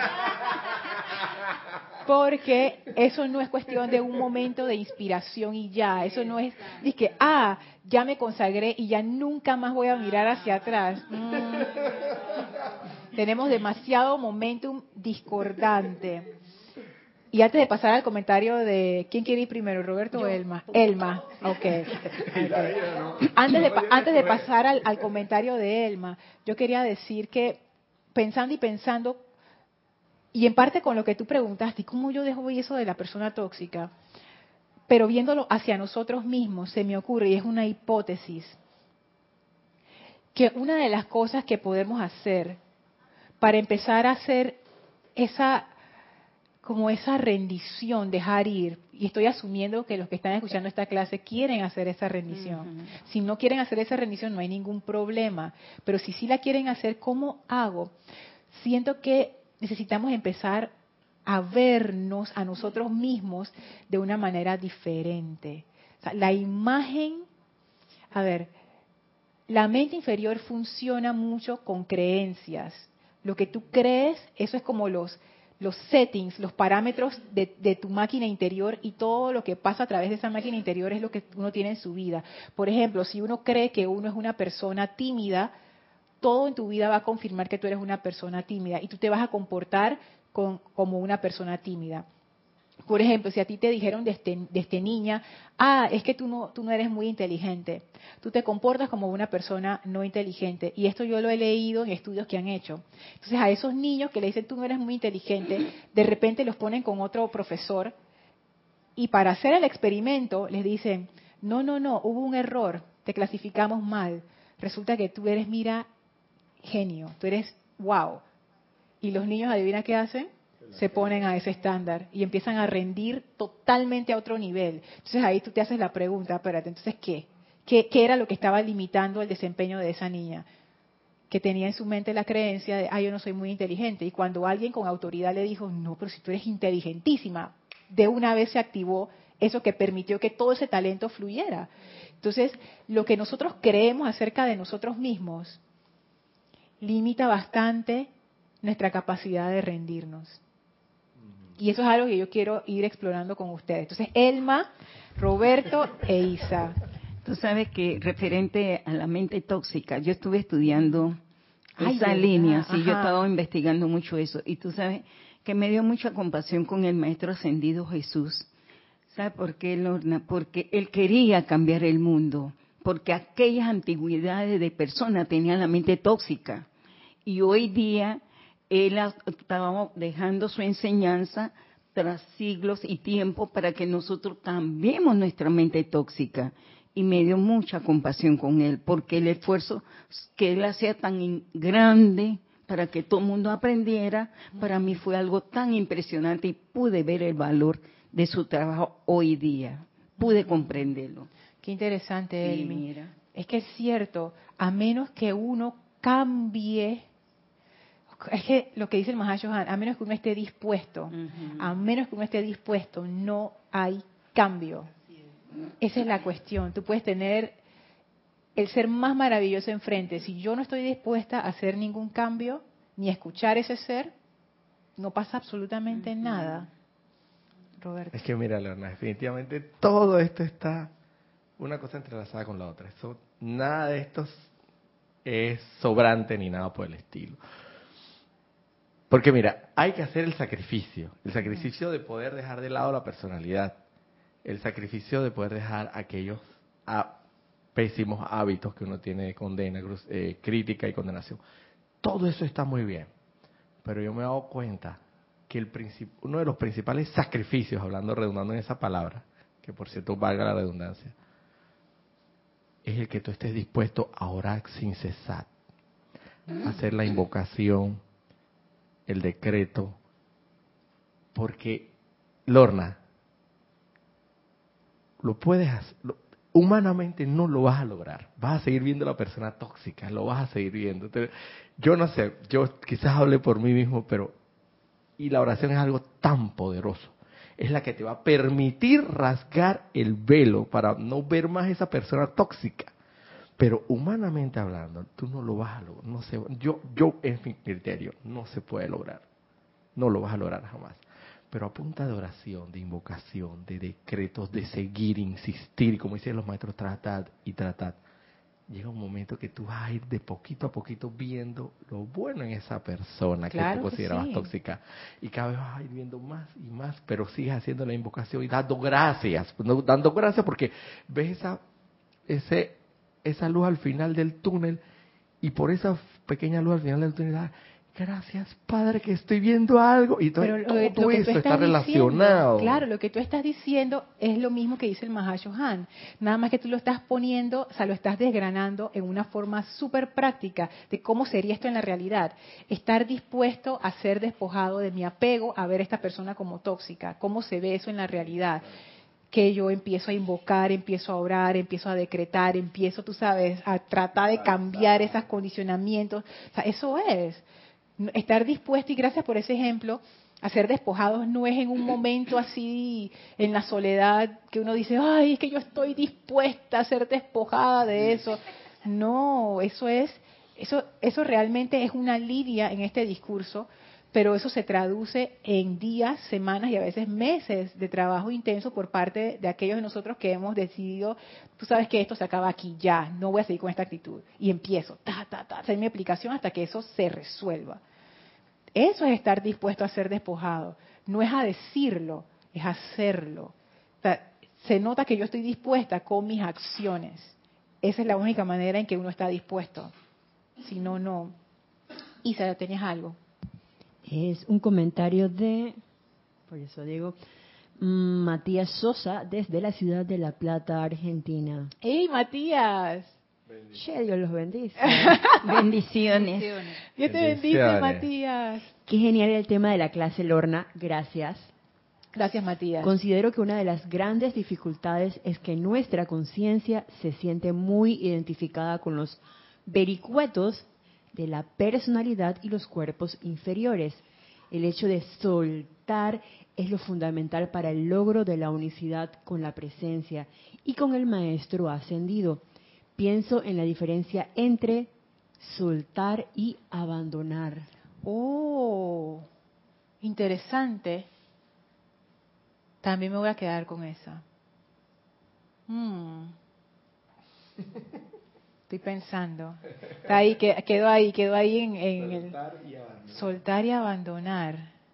Porque eso no es cuestión de un momento de inspiración y ya, eso no es, es que, ah, ya me consagré y ya nunca más voy a mirar hacia atrás. Mm. Tenemos demasiado momentum discordante. Y antes de pasar al comentario de, ¿quién quiere ir primero, Roberto o Elma? Elma, ok. okay. Antes, de, antes de pasar al, al comentario de Elma, yo quería decir que pensando y pensando, y en parte con lo que tú preguntaste, ¿cómo yo dejo eso de la persona tóxica? Pero viéndolo hacia nosotros mismos, se me ocurre, y es una hipótesis, que una de las cosas que podemos hacer para empezar a hacer esa, como esa rendición, dejar ir, y estoy asumiendo que los que están escuchando esta clase quieren hacer esa rendición. Uh-huh. Si no quieren hacer esa rendición no hay ningún problema, pero si sí la quieren hacer, ¿cómo hago? Siento que necesitamos empezar a vernos a nosotros mismos de una manera diferente. O sea, la imagen, a ver, la mente inferior funciona mucho con creencias. Lo que tú crees, eso es como los, los settings, los parámetros de, de tu máquina interior, y todo lo que pasa a través de esa máquina interior es lo que uno tiene en su vida. Por ejemplo, si uno cree que uno es una persona tímida, todo en tu vida va a confirmar que tú eres una persona tímida y tú te vas a comportar con, como una persona tímida. Por ejemplo, si a ti te dijeron desde, desde niña, ah, es que tú no, tú no eres muy inteligente, tú te comportas como una persona no inteligente, y esto yo lo he leído en estudios que han hecho. Entonces a esos niños que le dicen tú no eres muy inteligente, de repente los ponen con otro profesor y para hacer el experimento les dicen, no, no, no, hubo un error, te clasificamos mal, resulta que tú eres, mira, genio, tú eres wow. Y los niños, adivina qué hacen, se ponen a ese estándar y empiezan a rendir totalmente a otro nivel. Entonces ahí tú te haces la pregunta, espérate, entonces ¿qué? ¿Qué, qué era lo que estaba limitando el desempeño de esa niña? Que tenía en su mente la creencia de, ah, yo no soy muy inteligente. Y cuando alguien con autoridad le dijo, no, pero si tú eres inteligentísima, de una vez se activó eso que permitió que todo ese talento fluyera. Entonces, lo que nosotros creemos acerca de nosotros mismos limita bastante nuestra capacidad de rendirnos. Y eso es algo que yo quiero ir explorando con ustedes. Entonces, Elma, Roberto e Isa.
Tú sabes que referente a la mente tóxica, yo estuve estudiando
Ay,
esa
¿verdad?
línea, sí,
Ajá.
yo he estado investigando mucho eso. Y tú sabes que me dio mucha compasión con el Maestro Ascendido Jesús. ¿Sabes por qué, Lorna? Porque él quería cambiar el mundo. Porque aquellas antigüedades de personas tenían la mente tóxica. Y hoy día él estaba dejando su enseñanza tras siglos y tiempo para que nosotros cambiemos nuestra mente tóxica. Y me dio mucha compasión con él, porque el esfuerzo que él hacía tan grande para que todo el mundo aprendiera, para mí fue algo tan impresionante y pude ver el valor de su trabajo hoy día. Pude comprenderlo.
Qué interesante,
Sí,
Elmi.
mira.
Es que es cierto, a menos que uno cambie, es que lo que dice el Mahashohan, a menos que uno esté dispuesto,
Ujú.
a menos que uno esté dispuesto, no hay cambio. Esa es la cuestión. Tú puedes tener el ser más maravilloso enfrente. Si yo no estoy dispuesta a hacer ningún cambio, ni a escuchar ese ser, no pasa absolutamente
Ujú.
nada. Roberto.
Es que mira, Leona, definitivamente todo esto está una cosa entrelazada con la otra. Eso, nada de esto es sobrante ni nada por el estilo. Porque mira, hay que hacer el sacrificio. El sacrificio de poder dejar de lado la personalidad. El sacrificio de poder dejar aquellos a, pésimos hábitos que uno tiene de condena, eh, crítica y condenación. Todo eso está muy bien. Pero yo me he dado cuenta que el princip- uno de los principales sacrificios, hablando, redundando en esa palabra, que por cierto valga la redundancia, es el que tú estés dispuesto a orar sin cesar, a hacer la invocación, el decreto, porque, Lorna, lo puedes hacer, lo, humanamente no lo vas a lograr, vas a seguir viendo a la persona tóxica, lo vas a seguir viendo. Entonces, yo no sé, yo quizás hablé por mí mismo, pero, y la oración es algo tan poderoso, es la que te va a permitir rasgar el velo para no ver más esa persona tóxica. Pero humanamente hablando, tú no lo vas a lograr. No se, yo, yo, en mi criterio, no se puede lograr. No lo vas a lograr jamás. Pero a punta de oración, de invocación, de decretos, de seguir, insistir, como dicen los maestros, tratad y tratad, llega un momento que tú vas a ir de poquito a poquito viendo lo bueno en esa persona
Claro
que tú
que
considerabas
sí.
tóxica. Y cada vez vas a ir viendo más y más, pero sigues haciendo la invocación y dando gracias. No, dando gracias porque ves esa, ese, esa luz al final del túnel, y por esa pequeña luz al final del túnel, ah, gracias Padre que estoy viendo algo. Y entonces
Pero lo, que-
todo
lo que tú
eso está
estás
relacionado.
diciendo, claro, lo que tú estás diciendo es lo mismo que dice el Mahashohan. Nada más que tú lo estás poniendo, o sea, lo estás desgranando en una forma súper práctica de cómo sería esto en la realidad. Estar dispuesto a ser despojado de mi apego a ver a esta persona como tóxica. ¿Cómo se ve eso en la realidad? Que yo empiezo a invocar, empiezo a orar, empiezo a decretar, empiezo, tú sabes, a tratar de cambiar esos condicionamientos. O sea, eso es. Estar dispuesto, y gracias por ese ejemplo, a ser despojados no es en un momento así, en la soledad, que uno dice, ay, es que yo estoy dispuesta a ser despojada de eso. No, eso es, eso, eso realmente es una lidia en este discurso, pero eso se traduce en días, semanas y a veces meses de trabajo intenso por parte de aquellos de nosotros que hemos decidido, tú sabes que esto se acaba aquí, ya, no voy a seguir con esta actitud. Y empiezo, ta, ta, ta, hacer mi aplicación hasta que eso se resuelva. Eso es estar dispuesto a ser despojado. No es a decirlo, es a hacerlo. O sea, se nota que yo estoy dispuesta con mis acciones. Esa es la única manera en que uno está dispuesto. Si no, no. Isa, ¿tenías algo?
Es un comentario de, por eso digo, mm, Matías Sosa desde la ciudad de La Plata, Argentina.
¡Hey, Matías!
Che, Dios los bendice.
Bendiciones.
Dios te bendice,
Bendiciones.
Matías.
Qué genial el tema de la clase, Lorna. Gracias.
Gracias, Matías.
Considero que una de las grandes dificultades es que nuestra conciencia se siente muy identificada con los vericuetos de la personalidad y los cuerpos inferiores. El hecho de soltar es lo fundamental para el logro de la unicidad con la presencia y con el maestro ascendido. Pienso en la diferencia entre soltar y abandonar.
Oh, interesante. También me voy a quedar con esa. Hmm. Estoy pensando. Está ahí, que- quedó ahí, quedó ahí en, en el soltar y abandonar.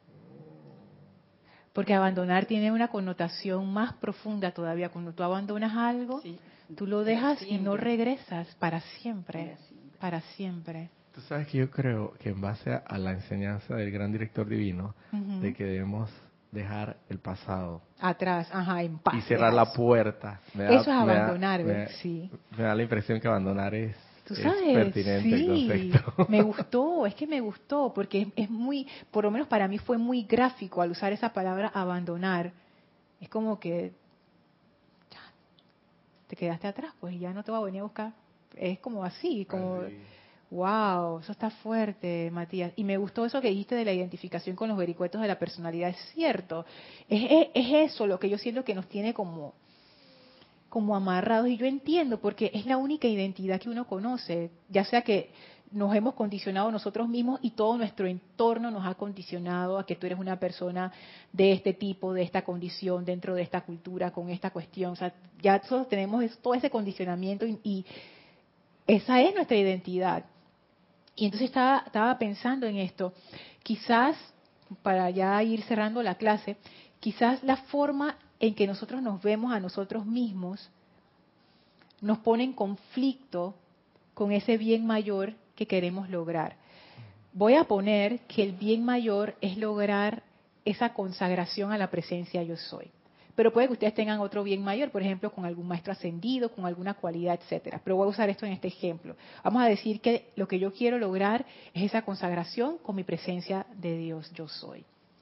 Porque abandonar tiene una connotación más profunda todavía. Cuando tú abandonas algo,
Sí,
tú lo
para
dejas y no
siempre.
regresas para siempre.
Para siempre.
Para siempre.
Tú sabes que yo creo que en base a, a la enseñanza del gran director divino,
Ujú.
de que debemos dejar el pasado.
Atrás, ajá, en paz.
Y cerrar la puerta. Me da,
Eso es
me da-
abandonar,
me
¿ves?
da-
Sí.
Me da la impresión que abandonar es,
Tú
es
sabes,
pertinente el
sí,
concepto.
me gustó, es que me gustó, porque es, es muy, por lo menos para mí fue muy gráfico al usar esa palabra abandonar. Es como que ya, te quedaste atrás, pues ya no te voy a venir a buscar. Es como así, como,
Así.
wow, eso está fuerte, Matías. Y me gustó eso que dijiste de la identificación con los vericuetos de la personalidad, es cierto. Es, es, es eso lo que yo siento que nos tiene como como amarrados, y yo entiendo porque es la única identidad que uno conoce, ya sea que nos hemos condicionado nosotros mismos y todo nuestro entorno nos ha condicionado a que tú eres una persona de este tipo, de esta condición, dentro de esta cultura, con esta cuestión, o sea, ya nosotros tenemos es- todo ese condicionamiento y, y esa es nuestra identidad. Y entonces estaba, estaba pensando en esto, quizás, para ya ir cerrando la clase, quizás la forma en que nosotros nos vemos a nosotros mismos nos pone en conflicto con ese bien mayor que queremos lograr. Voy a poner que el bien mayor es lograr esa consagración a la presencia yo soy. Pero puede que ustedes tengan otro bien mayor, por ejemplo, con algún maestro ascendido, con alguna cualidad, etcétera. Pero voy a usar esto en este ejemplo. Vamos a decir que lo que yo quiero lograr es esa consagración con mi presencia de Dios yo soy.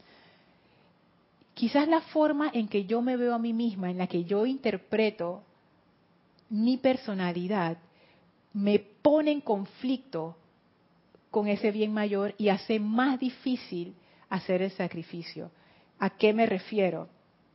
Quizás la forma en que yo me veo a mí misma, en la que yo interpreto mi personalidad, me pone en conflicto con ese bien mayor y hace más difícil hacer el sacrificio. ¿A qué me refiero?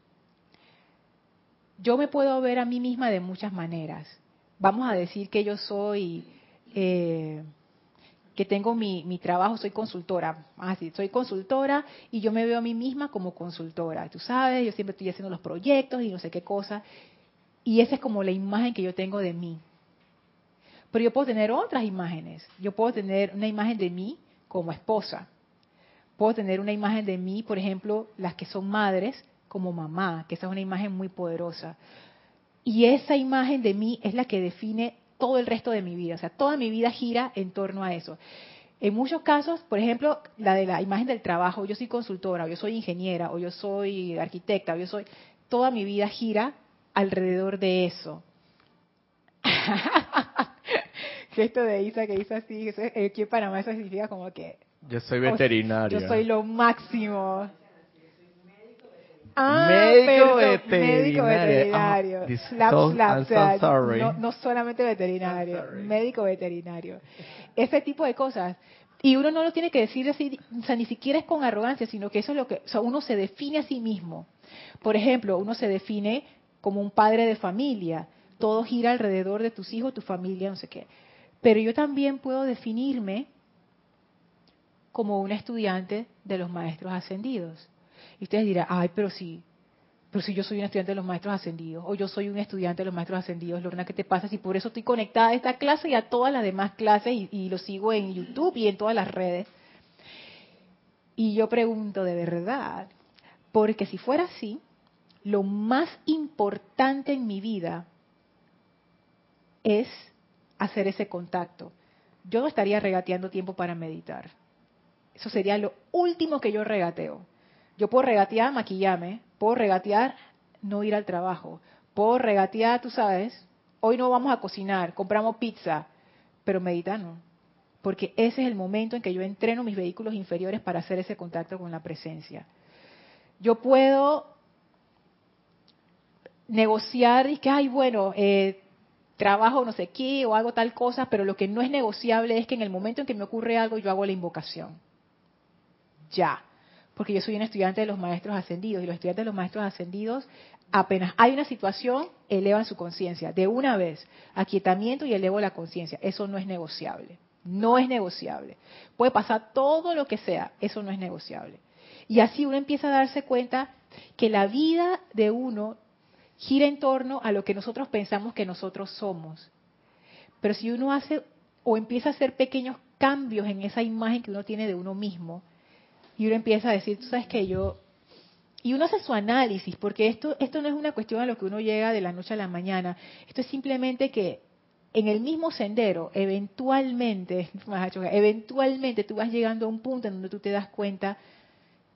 Yo me puedo ver a mí misma de muchas maneras. Vamos a decir que yo soy, eh, que tengo mi, mi trabajo, soy consultora. Así, soy consultora y yo me veo a mí misma como consultora. Tú sabes, yo siempre estoy haciendo los proyectos y no sé qué cosa. Y esa es como la imagen que yo tengo de mí. Pero yo puedo tener otras imágenes. Yo puedo tener una imagen de mí como esposa. Puedo tener una imagen de mí, por ejemplo, las que son madres, como mamá, que esa es una imagen muy poderosa. Y esa imagen de mí es la que define todo el resto de mi vida. O sea, toda mi vida gira en torno a eso. En muchos casos, por ejemplo, la de la imagen del trabajo, yo soy consultora, o yo soy ingeniera, o yo soy arquitecta, o yo soy... Toda mi vida gira alrededor de eso. Gesto de Isa que hizo así, eso es- aquí en Panamá eso significa como que...
Yo soy
oh,
veterinario.
yo soy lo máximo. Ah,
Médico
perdón,
veterinario.
médico veterinario.
Ah, this-
Slap,
so-
slap,
I'm
o
so
sea,
sorry.
no, no solamente veterinario,
I'm sorry.
médico veterinario. Ese tipo de cosas. Y uno no lo tiene que decir así, o sea, ni siquiera es con arrogancia, sino que eso es lo que, o sea, uno se define a sí mismo. Por ejemplo, uno se define como un padre de familia. Todo gira alrededor de tus hijos, tu familia, no sé qué. Pero yo también puedo definirme como una estudiante de los maestros ascendidos. Y ustedes dirán, ay, pero sí, pero si yo soy un estudiante de los maestros ascendidos, o yo soy un estudiante de los maestros ascendidos, Lorna, ¿qué te pasa? Si por eso estoy conectada a esta clase y a todas las demás clases, y, y lo sigo en YouTube y en todas las redes. Y yo pregunto, ¿de verdad? Porque si fuera así, lo más importante en mi vida es hacer ese contacto. Yo no estaría regateando tiempo para meditar. Eso sería lo último que yo regateo. Yo puedo regatear maquillarme, puedo regatear no ir al trabajo, puedo regatear, tú sabes, hoy no vamos a cocinar, compramos pizza, pero meditar no. Porque ese es el momento en que yo entreno mis vehículos inferiores para hacer ese contacto con la presencia. Yo puedo negociar y que, ay, bueno, eh, trabajo no sé qué o hago tal cosa, pero lo que no es negociable es que en el momento en que me ocurre algo yo hago la invocación. Ya, porque yo soy un estudiante de los maestros ascendidos y los estudiantes de los maestros ascendidos apenas hay una situación elevan su conciencia de una vez, aquietamiento y elevo la conciencia. Eso no es negociable, no es negociable. Puede pasar todo lo que sea, eso no es negociable. Y así uno empieza a darse cuenta que la vida de uno gira en torno a lo que nosotros pensamos que nosotros somos. Pero si uno hace o empieza a hacer pequeños cambios en esa imagen que uno tiene de uno mismo, y uno empieza a decir, tú sabes que yo... Y uno hace su análisis, porque esto, esto no es una cuestión a lo que uno llega de la noche a la mañana. Esto es simplemente que en el mismo sendero, eventualmente, eventualmente tú vas llegando a un punto en donde tú te das cuenta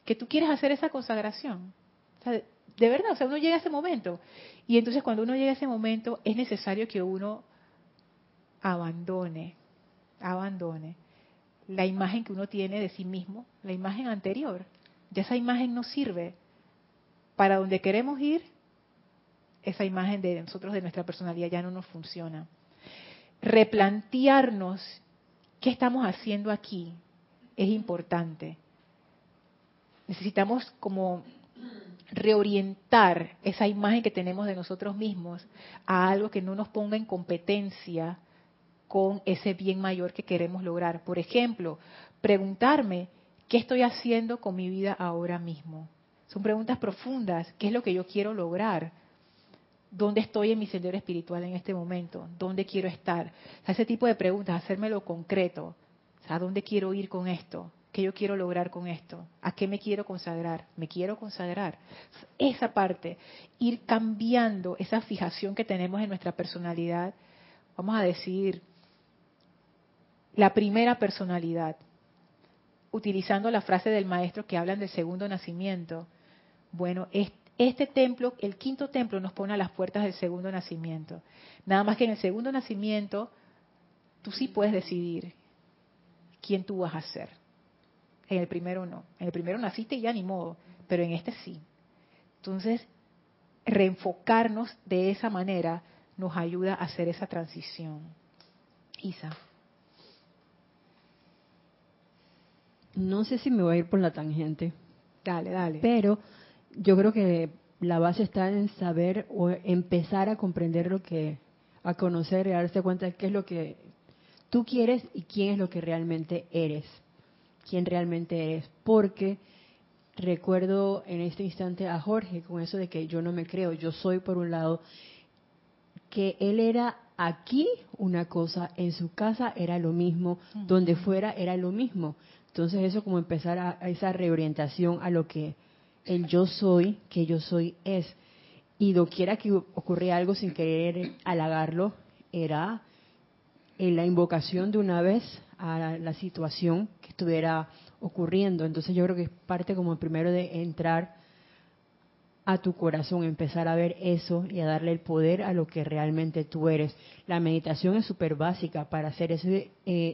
que tú quieres hacer esa consagración. O sea, de verdad, o sea, uno llega a ese momento. Y entonces cuando uno llega a ese momento es necesario que uno abandone, abandone la imagen que uno tiene de sí mismo, la imagen anterior. Ya esa imagen no sirve. Para donde queremos ir, esa imagen de nosotros, de nuestra personalidad, ya no nos funciona. Replantearnos qué estamos haciendo aquí es importante. Necesitamos como reorientar esa imagen que tenemos de nosotros mismos a algo que no nos ponga en competencia con ese bien mayor que queremos lograr. Por ejemplo, preguntarme, ¿qué estoy haciendo con mi vida ahora mismo? Son preguntas profundas. ¿Qué es lo que yo quiero lograr? ¿Dónde estoy en mi sendero espiritual en este momento? ¿Dónde quiero estar? O sea, ese tipo de preguntas, hacérmelo concreto. O sea, ¿a dónde quiero ir con esto? ¿Qué yo quiero lograr con esto? ¿A qué me quiero consagrar? ¿Me quiero consagrar? Esa parte, ir cambiando esa fijación que tenemos en nuestra personalidad. Vamos a decir, la primera personalidad, utilizando la frase del maestro que hablan del segundo nacimiento. Bueno, este templo, el quinto templo, nos pone a las puertas del segundo nacimiento. Nada más que en el segundo nacimiento, tú sí puedes decidir quién tú vas a ser. En el primero no. En el primero naciste y ya ni modo, pero en este sí. Entonces, reenfocarnos de esa manera nos ayuda a hacer esa transición. Isa.
No sé si me voy a ir por la tangente.
Dale, dale.
Pero yo creo que la base está en saber o empezar a comprender lo que, a conocer y a darse cuenta de qué es lo que tú quieres y quién es lo que realmente eres. Quién realmente eres. Porque recuerdo en este instante a Jorge con eso de que yo no me creo, yo soy por un lado, que él era aquí una cosa, en su casa era lo mismo, uh-huh. Donde fuera era lo mismo. Entonces eso como empezar a, a esa reorientación a lo que el yo soy, que yo soy es. Y doquiera que ocurría algo sin querer halagarlo, era en la invocación de una vez a la situación que estuviera ocurriendo. Entonces yo creo que es parte como primero de entrar a tu corazón, empezar a ver eso y a darle el poder a lo que realmente tú eres. La meditación es súper básica para hacer eso, eh,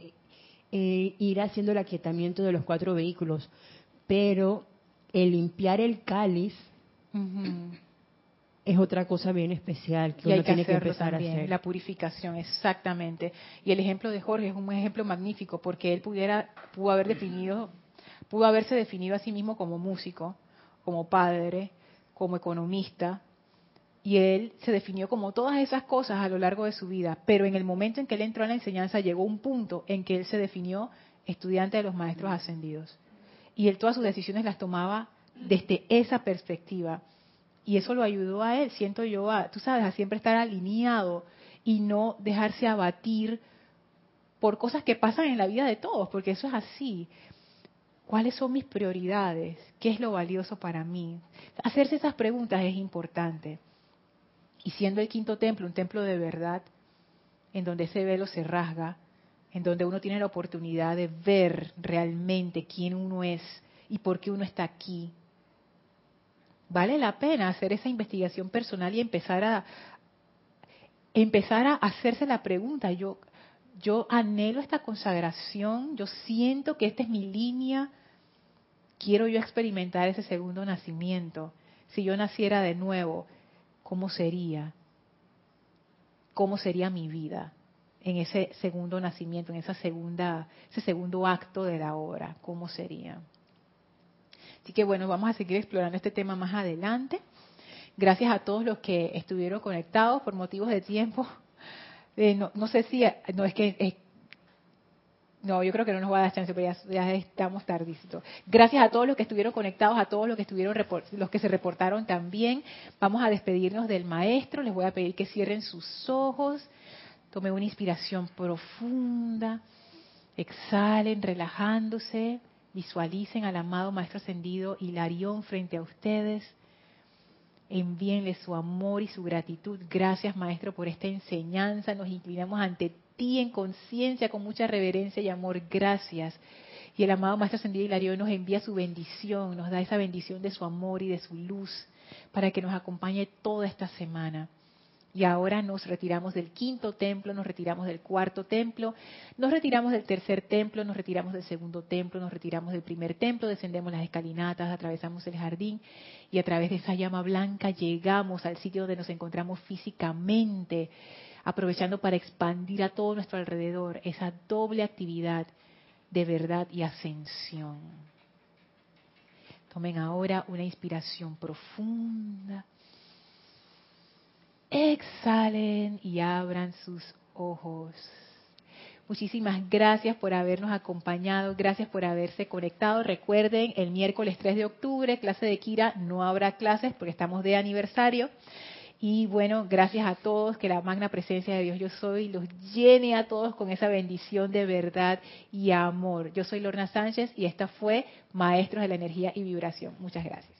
eh, ir haciendo el aquietamiento de los cuatro vehículos, pero el limpiar el cáliz uh-huh. es otra cosa bien especial que
y
uno
que
tiene que empezar
también,
a hacer.
La purificación, exactamente. Y el ejemplo de Jorge es un ejemplo magnífico porque él pudiera, pudo haber definido, pudo haberse definido a sí mismo como músico, como padre, como economista, y él se definió como todas esas cosas a lo largo de su vida, pero en el momento en que él entró en la enseñanza llegó un punto en que él se definió estudiante de los maestros ascendidos. Y él todas sus decisiones las tomaba desde esa perspectiva. Y eso lo ayudó a él, siento yo, a, tú sabes, a siempre estar alineado y no dejarse abatir por cosas que pasan en la vida de todos, porque eso es así. ¿Cuáles son mis prioridades? ¿Qué es lo valioso para mí? Hacerse esas preguntas es importante. Y siendo el quinto templo un templo de verdad, en donde ese velo se rasga, en donde uno tiene la oportunidad de ver realmente quién uno es y por qué uno está aquí, vale la pena hacer esa investigación personal y empezar a empezar a hacerse la pregunta. Yo, yo anhelo esta consagración, yo siento que esta es mi línea. Quiero yo experimentar ese segundo nacimiento. Si yo naciera de nuevo, ¿cómo sería? ¿Cómo sería mi vida en ese segundo nacimiento, en esa segunda, ese segundo acto de la obra? ¿Cómo sería? Así que bueno, vamos a seguir explorando este tema más adelante. Gracias a todos los que estuvieron conectados por motivos de tiempo. Eh, no, no sé si, no es que... Es, No, yo creo que no nos va a dar chance, pero ya, ya estamos tardísimo. Gracias a todos los que estuvieron conectados, a todos los que estuvieron los que se reportaron también. Vamos a despedirnos del maestro. Les voy a pedir que cierren sus ojos, tomen una inspiración profunda, exhalen relajándose, visualicen al amado maestro ascendido Hilarión frente a ustedes. Envíenle su amor y su gratitud. Gracias, maestro, por esta enseñanza. Nos inclinamos ante ti en conciencia, con mucha reverencia y amor. Gracias. Y el amado Maestro Ascendido Hilarión nos envía su bendición, nos da esa bendición de su amor y de su luz para que nos acompañe toda esta semana. Y ahora nos retiramos del quinto templo, nos retiramos del cuarto templo, nos retiramos del tercer templo, nos retiramos del segundo templo, nos retiramos del primer templo, descendemos las escalinatas, atravesamos el jardín y a través de esa llama blanca llegamos al sitio donde nos encontramos físicamente, aprovechando para expandir a todo nuestro alrededor esa doble actividad de verdad y ascensión. Tomen ahora una inspiración profunda. Exhalen y abran sus ojos. Muchísimas gracias por habernos acompañado, gracias por haberse conectado. Recuerden, el miércoles tres de octubre, clase de Kira, no habrá clases porque estamos de aniversario. Y bueno, gracias a todos, que la magna presencia de Dios Yo Soy los llene a todos con esa bendición de verdad y amor. Yo soy Lorna Sánchez y esta fue Maestros de la Energía y Vibración. Muchas gracias.